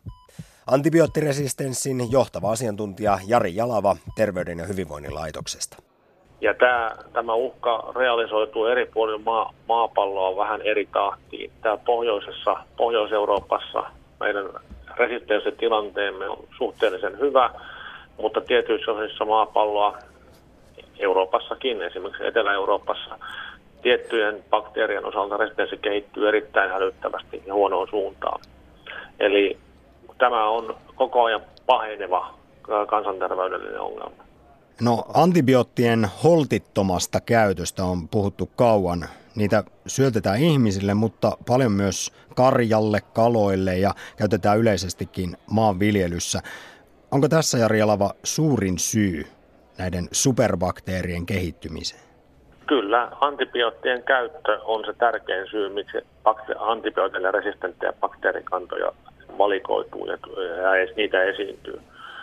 Antibioottiresistenssin johtava asiantuntija Jari Jalava Terveyden ja hyvinvoinnin laitoksesta. Ja tämä, tämä uhka realisoituu eri puolilla maa, maapalloa vähän eri tahtiin. Tämä pohjoisessa, Pohjois-Euroopassa meidän resistenssitilanteemme on suhteellisen hyvä, mutta tietyissä osissa maapalloa, Euroopassakin, esimerkiksi Etelä-Euroopassa, tiettyjen bakteerien osalta resistenssi kehittyy erittäin hälyttävästi ja huonoon suuntaan. Eli tämä on koko ajan paheneva kansanterveydellinen ongelma. No, antibioottien holtittomasta käytöstä on puhuttu kauan. Niitä syötetään ihmisille, mutta paljon myös karjalle, kaloille ja käytetään yleisestikin maanviljelyssä. Onko tässä, Jari Jalava, suurin syy näiden superbakteerien kehittymiseen? Kyllä, antibioottien käyttö on se tärkein syy, miksi antibiooteille resistenttejä bakteerikantoja valikoituu ja niitä esiintyy.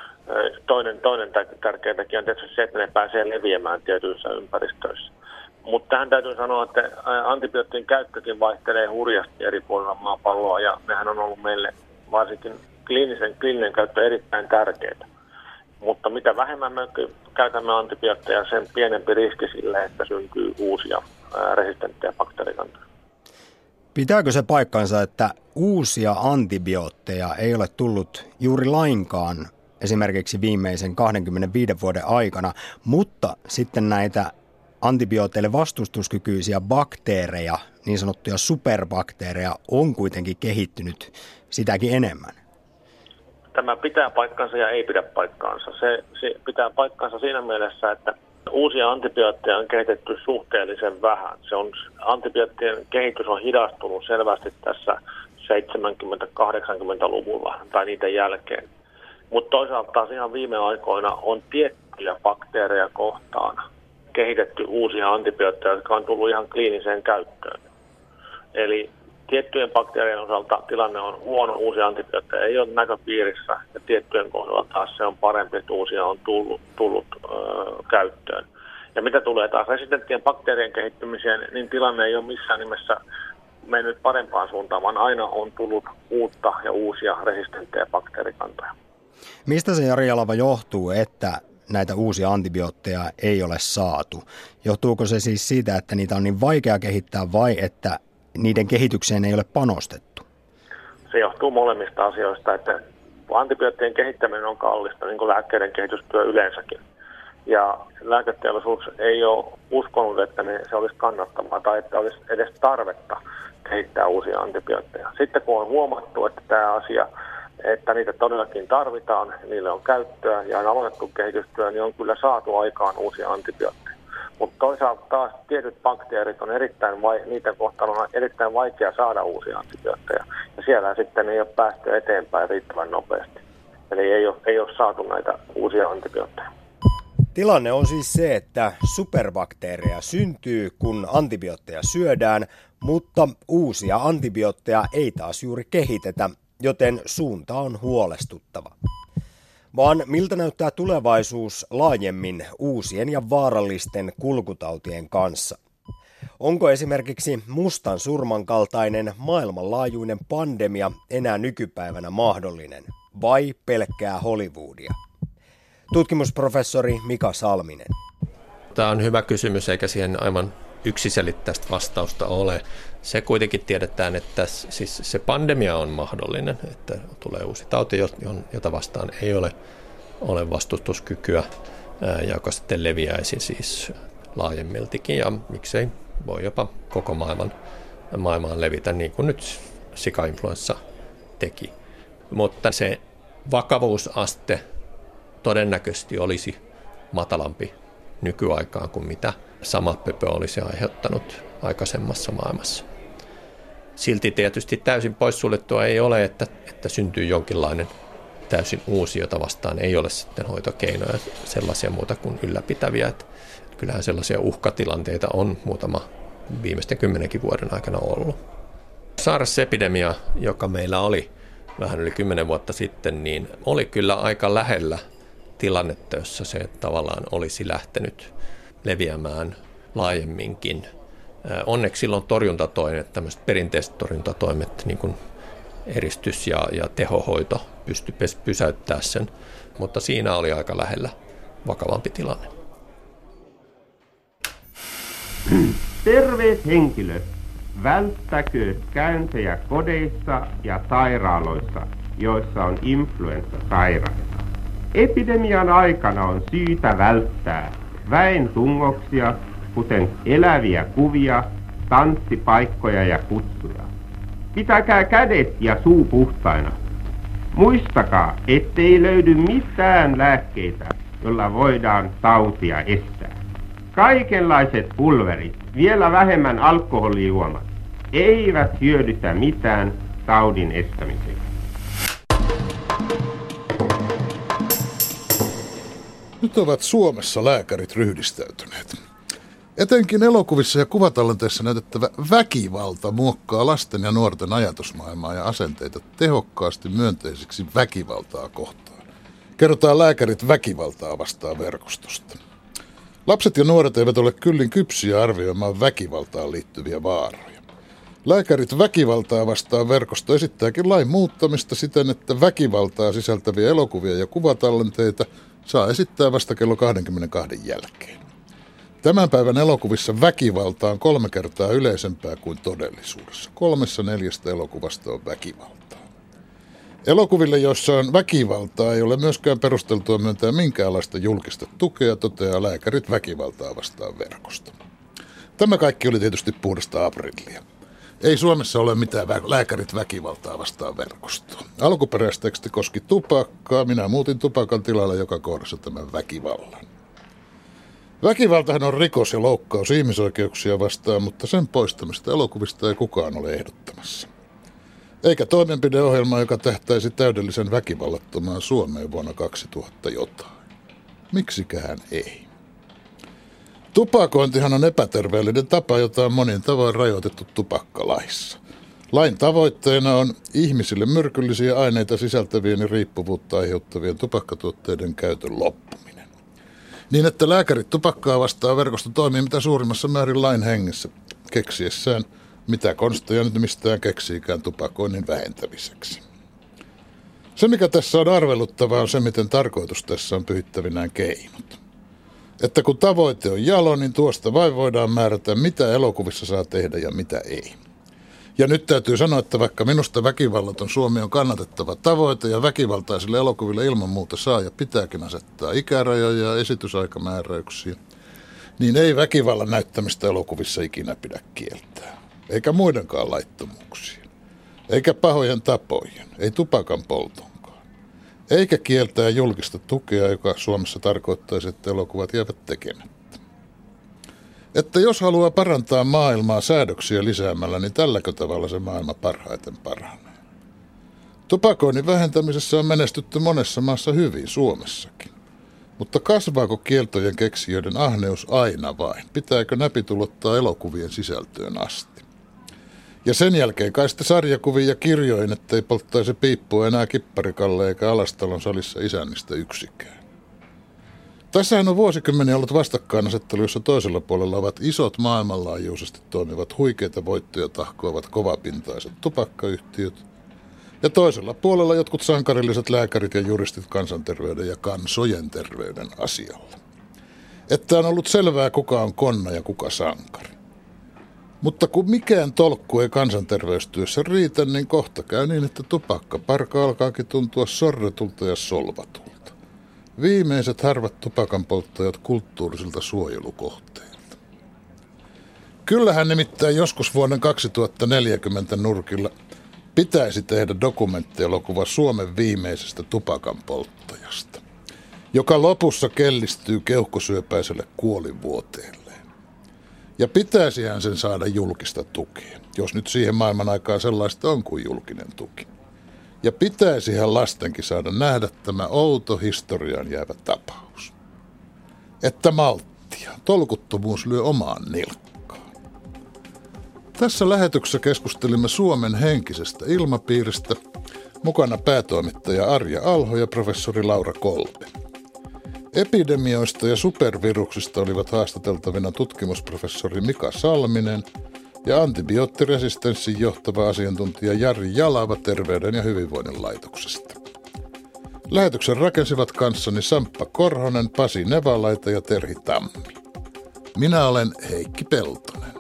Toinen, toinen tärkeä tekijä on tietysti se, että ne pääsee leviämään tietyissä ympäristöissä. Mutta tähän täytyy sanoa, että antibioottien käyttökin vaihtelee hurjasti eri puolilla maapalloa ja nehän on ollut meille varsinkin kliinisen, kliininen käyttö erittäin tärkeää. Mutta mitä vähemmän me käytämme antibiootteja, sen pienempi riski sille, että syntyy uusia resistenttejä bakteerikantoja. Pitääkö se paikkansa, että uusia antibiootteja ei ole tullut juuri lainkaan esimerkiksi viimeisen kaksikymmentäviisi vuoden aikana, mutta sitten näitä antibiooteille vastustuskykyisiä bakteereja, niin sanottuja superbakteereja, on kuitenkin kehittynyt sitäkin enemmän? Tämä pitää paikkansa ja ei pidä paikkaansa. Se, se pitää paikkansa siinä mielessä, että uusia antibiootteja on kehitetty suhteellisen vähän. Se on, antibioottien kehitys on hidastunut selvästi tässä seitsemänkymmentä-kahdeksankymmentäluvulla tai niiden jälkeen. Mutta toisaalta taas ihan viime aikoina on tiettyjä bakteereja kohtaan kehitetty uusia antibiootteja, jotka on tullut ihan kliiniseen käyttöön. Eli tiettyjen bakteerien osalta tilanne on huono, uusia antibiootteja ei ole näköpiirissä, ja tiettyjen kohdalla taas se on parempi, että uusia on tullut, tullut öö, käyttöön. Ja mitä tulee taas resistenttien bakteerien kehittymiseen, niin tilanne ei ole missään nimessä mennyt parempaan suuntaan, vaan aina on tullut uutta ja uusia resistenttejä bakteerikantoja. Mistä se, Jari Jalava, johtuu, että näitä uusia antibiootteja ei ole saatu? Johtuuko se siis siitä, että niitä on niin vaikea kehittää vai että niiden kehitykseen ei ole panostettu? Se johtuu molemmista asioista, että antibioottien kehittäminen on kallista, niin kuin lääkkeiden kehitystyö yleensäkin. Ja lääketeollisuus ei ole uskonut, että ne, se olisi kannattavaa tai että olisi edes tarvetta kehittää uusia antibiootteja. Sitten kun on huomattu, että tämä asia, että niitä todellakin tarvitaan, niille on käyttöä ja on aloitettu kehitystyö, niin on kyllä saatu aikaan uusia antibiootteja. Mutta toisaalta taas tietyt bakteerit on erittäin, vai, niitä kohtaan on erittäin vaikea saada uusia antibiootteja. Ja siellä sitten ei ole päästy eteenpäin riittävän nopeasti. Eli ei ole, ei ole saatu näitä uusia antibiootteja. Tilanne on siis se, että superbakteereja syntyy, kun antibiootteja syödään, mutta uusia antibiootteja ei taas juuri kehitetä, joten suunta on huolestuttava. Vaan miltä näyttää tulevaisuus laajemmin uusien ja vaarallisten kulkutautien kanssa? Onko esimerkiksi mustan surman kaltainen maailmanlaajuinen pandemia enää nykypäivänä mahdollinen, vai pelkkää Hollywoodia? Tutkimusprofessori Mika Salminen. Tämä on hyvä kysymys, eikä siihen aivan yksiselitteistä vastausta ole. Se kuitenkin tiedetään, että siis se pandemia on mahdollinen, että tulee uusi tauti, jota vastaan ei ole, ole vastustuskykyä, joka sitten leviäisi siis laajemmiltikin ja miksei voi jopa koko maailman, maailmaan levitä niin kuin nyt sikainfluenssa teki. Mutta se vakavuusaste todennäköisesti olisi matalampi nykyaikaan kuin mitä sama pöpö olisi aiheuttanut aikaisemmassa maailmassa. Silti tietysti täysin poissuljettua ei ole, että, että syntyy jonkinlainen täysin uusi, jota vastaan ei ole sitten hoitokeinoja sellaisia muuta kuin ylläpitäviä. Että kyllähän sellaisia uhkatilanteita on muutama viimeisten kymmenenkin vuoden aikana ollut. SARS-epidemia, joka meillä oli vähän yli kymmenen vuotta sitten, niin oli kyllä aika lähellä tilannetta, jossa se tavallaan olisi lähtenyt leviämään laajemminkin. Onneksi silloin torjuntatoimet, tämmöiset perinteiset torjuntatoimet, niin kuin eristys ja, ja tehohoito pystyi pysäyttämään sen, mutta siinä oli aika lähellä vakavampi tilanne. Terveet henkilöt, välttäkö käyntejä kodeissa ja sairaaloissa, joissa on influenssasairaita. Epidemian aikana on syytä välttää väen tungoksia, kuten eläviä kuvia, tanssipaikkoja ja kutsuja. Pitäkää kädet ja suu puhtaina. Muistakaa, ettei löydy mitään lääkkeitä, jolla voidaan tautia estää. Kaikenlaiset pulverit, vielä vähemmän alkoholijuomat, eivät hyödytä mitään taudin estämiseksi. Nyt ovat Suomessa lääkärit ryhdistäytyneet. Etenkin elokuvissa ja kuvatallenteissa näytettävä väkivalta muokkaa lasten ja nuorten ajatusmaailmaa ja asenteita tehokkaasti myönteisiksi väkivaltaa kohtaan. Kerrotaan lääkärit väkivaltaa vastaan verkostosta. Lapset ja nuoret eivät ole kyllin kypsiä arvioimaan väkivaltaan liittyviä vaaroja. Lääkärit väkivaltaa vastaan verkosto esittääkin lain muuttamista siten, että väkivaltaa sisältäviä elokuvia ja kuvatallenteita saa esittää vasta kello kaksikymmentäkaksi jälkeen. Tämän päivän elokuvissa väkivalta on kolme kertaa yleisempää kuin todellisuudessa. Kolmessa neljästä elokuvasta on väkivaltaa. Elokuville, joissa on väkivaltaa, ei ole myöskään perusteltua myöntää minkäänlaista julkista tukea, toteaa lääkärit väkivaltaa vastaan verkosto. Tämä kaikki oli tietysti puhdasta aprillia. Ei Suomessa ole mitään vä- lääkärit väkivaltaa vastaan verkostoa. Alkuperäisteksti koski tupakkaa, minä muutin tupakan tilalle joka kohdassa tämän väkivallan. Väkivaltahan on rikos ja loukkaus ihmisoikeuksia vastaan, mutta sen poistamista elokuvista ei kukaan ole ehdottamassa. Eikä toimenpideohjelma, joka tähtäisi täydellisen väkivallattomaan Suomeen vuonna kaksituhatta jotain. Miksiköhän ei? Tupakointihan on epäterveellinen tapa, jota on monin tavoin rajoitettu tupakkalaissa. Lain tavoitteena on ihmisille myrkyllisiä aineita sisältävien ja riippuvuutta aiheuttavien tupakkatuotteiden käytön loppuminen. Niin, että lääkärit tupakkaa vastaan verkosto toimii mitä suurimmassa määrin lain hengessä keksiessään, mitä konsteja nyt mistään keksiikään tupakoinnin vähentämiseksi. Se, mikä tässä on arveluttavaa, on se, miten tarkoitus tässä on pyhittävinään keinot. Että kun tavoite on jalo, niin tuosta vain voidaan määrätä, mitä elokuvissa saa tehdä ja mitä ei. Ja nyt täytyy sanoa, että vaikka minusta väkivallaton Suomi on kannatettava tavoite ja väkivaltaisille elokuville ilman muuta saa ja pitääkin asettaa ikärajoja ja esitysaikamääräyksiä, niin ei väkivallan näyttämistä elokuvissa ikinä pidä kieltää. Eikä muidenkaan laittomuuksia. Eikä pahojen tapojen. Ei tupakan poltonkaan. Eikä kieltää julkista tukea, joka Suomessa tarkoittaisi, että elokuvat jäävät tekemättä. Että jos haluaa parantaa maailmaa säädöksiä lisäämällä, niin tälläkö tavalla se maailma parhaiten paranee. Tupakoinnin vähentämisessä on menestytty monessa maassa hyvin, Suomessakin. Mutta kasvaako kieltojen keksijöiden ahneus aina vain? Pitääkö näpitulottaa elokuvien sisältöön asti? Ja sen jälkeen kai sitten sarjakuviin ja kirjoihin, ettei polttaisi piippua enää Kipparikalle eikä Alastalon salissa isännistä yksikään. Tässähän on vuosikymmeniä ollut vastakkainasettelu, jossa toisella puolella ovat isot maailmanlaajuisesti toimivat huikeita voittoja tahkoavat kovapintaiset tupakkayhtiöt, ja toisella puolella jotkut sankarilliset lääkärit ja juristit kansanterveyden ja kansojen terveyden asialla. Että on ollut selvää, kuka on konna ja kuka sankari. Mutta kun mikään tolkku ei kansanterveystyössä riitä, niin kohta käy niin, että tupakkaparka alkaakin tuntua sorretulta ja solvatulta. Viimeiset harvat tupakanpolttajat kulttuurisilta suojelukohteilta. Kyllähän nimittäin joskus vuoden kaksituhattaneljäkymmentä nurkilla pitäisi tehdä dokumenttielokuva Suomen viimeisestä tupakanpolttajasta, joka lopussa kellistyy keuhkosyöpäiselle kuolinvuoteelleen. Ja pitäisihän sen saada julkista tukea, jos nyt siihen maailman aikaan sellaista on kuin julkinen tuki. Ja pitäisihän lastenkin saada nähdä tämä outo historiaan jäävä tapaus. Että malttia, tolkuttomuus lyö omaan nilkkaan. Tässä lähetyksessä keskustelimme Suomen henkisestä ilmapiiristä, mukana päätoimittaja Arja Alho ja professori Laura Kolbe. Epidemioista ja superviruksista olivat haastateltavina tutkimusprofessori Mika Salminen ja antibioottiresistenssin johtava asiantuntija Jari Jalava Terveyden ja hyvinvoinnin laitoksesta. Lähetyksen rakensivat kanssani Samppa Korhonen, Pasi Nevalaita ja Terhi Tammi. Minä olen Heikki Peltonen.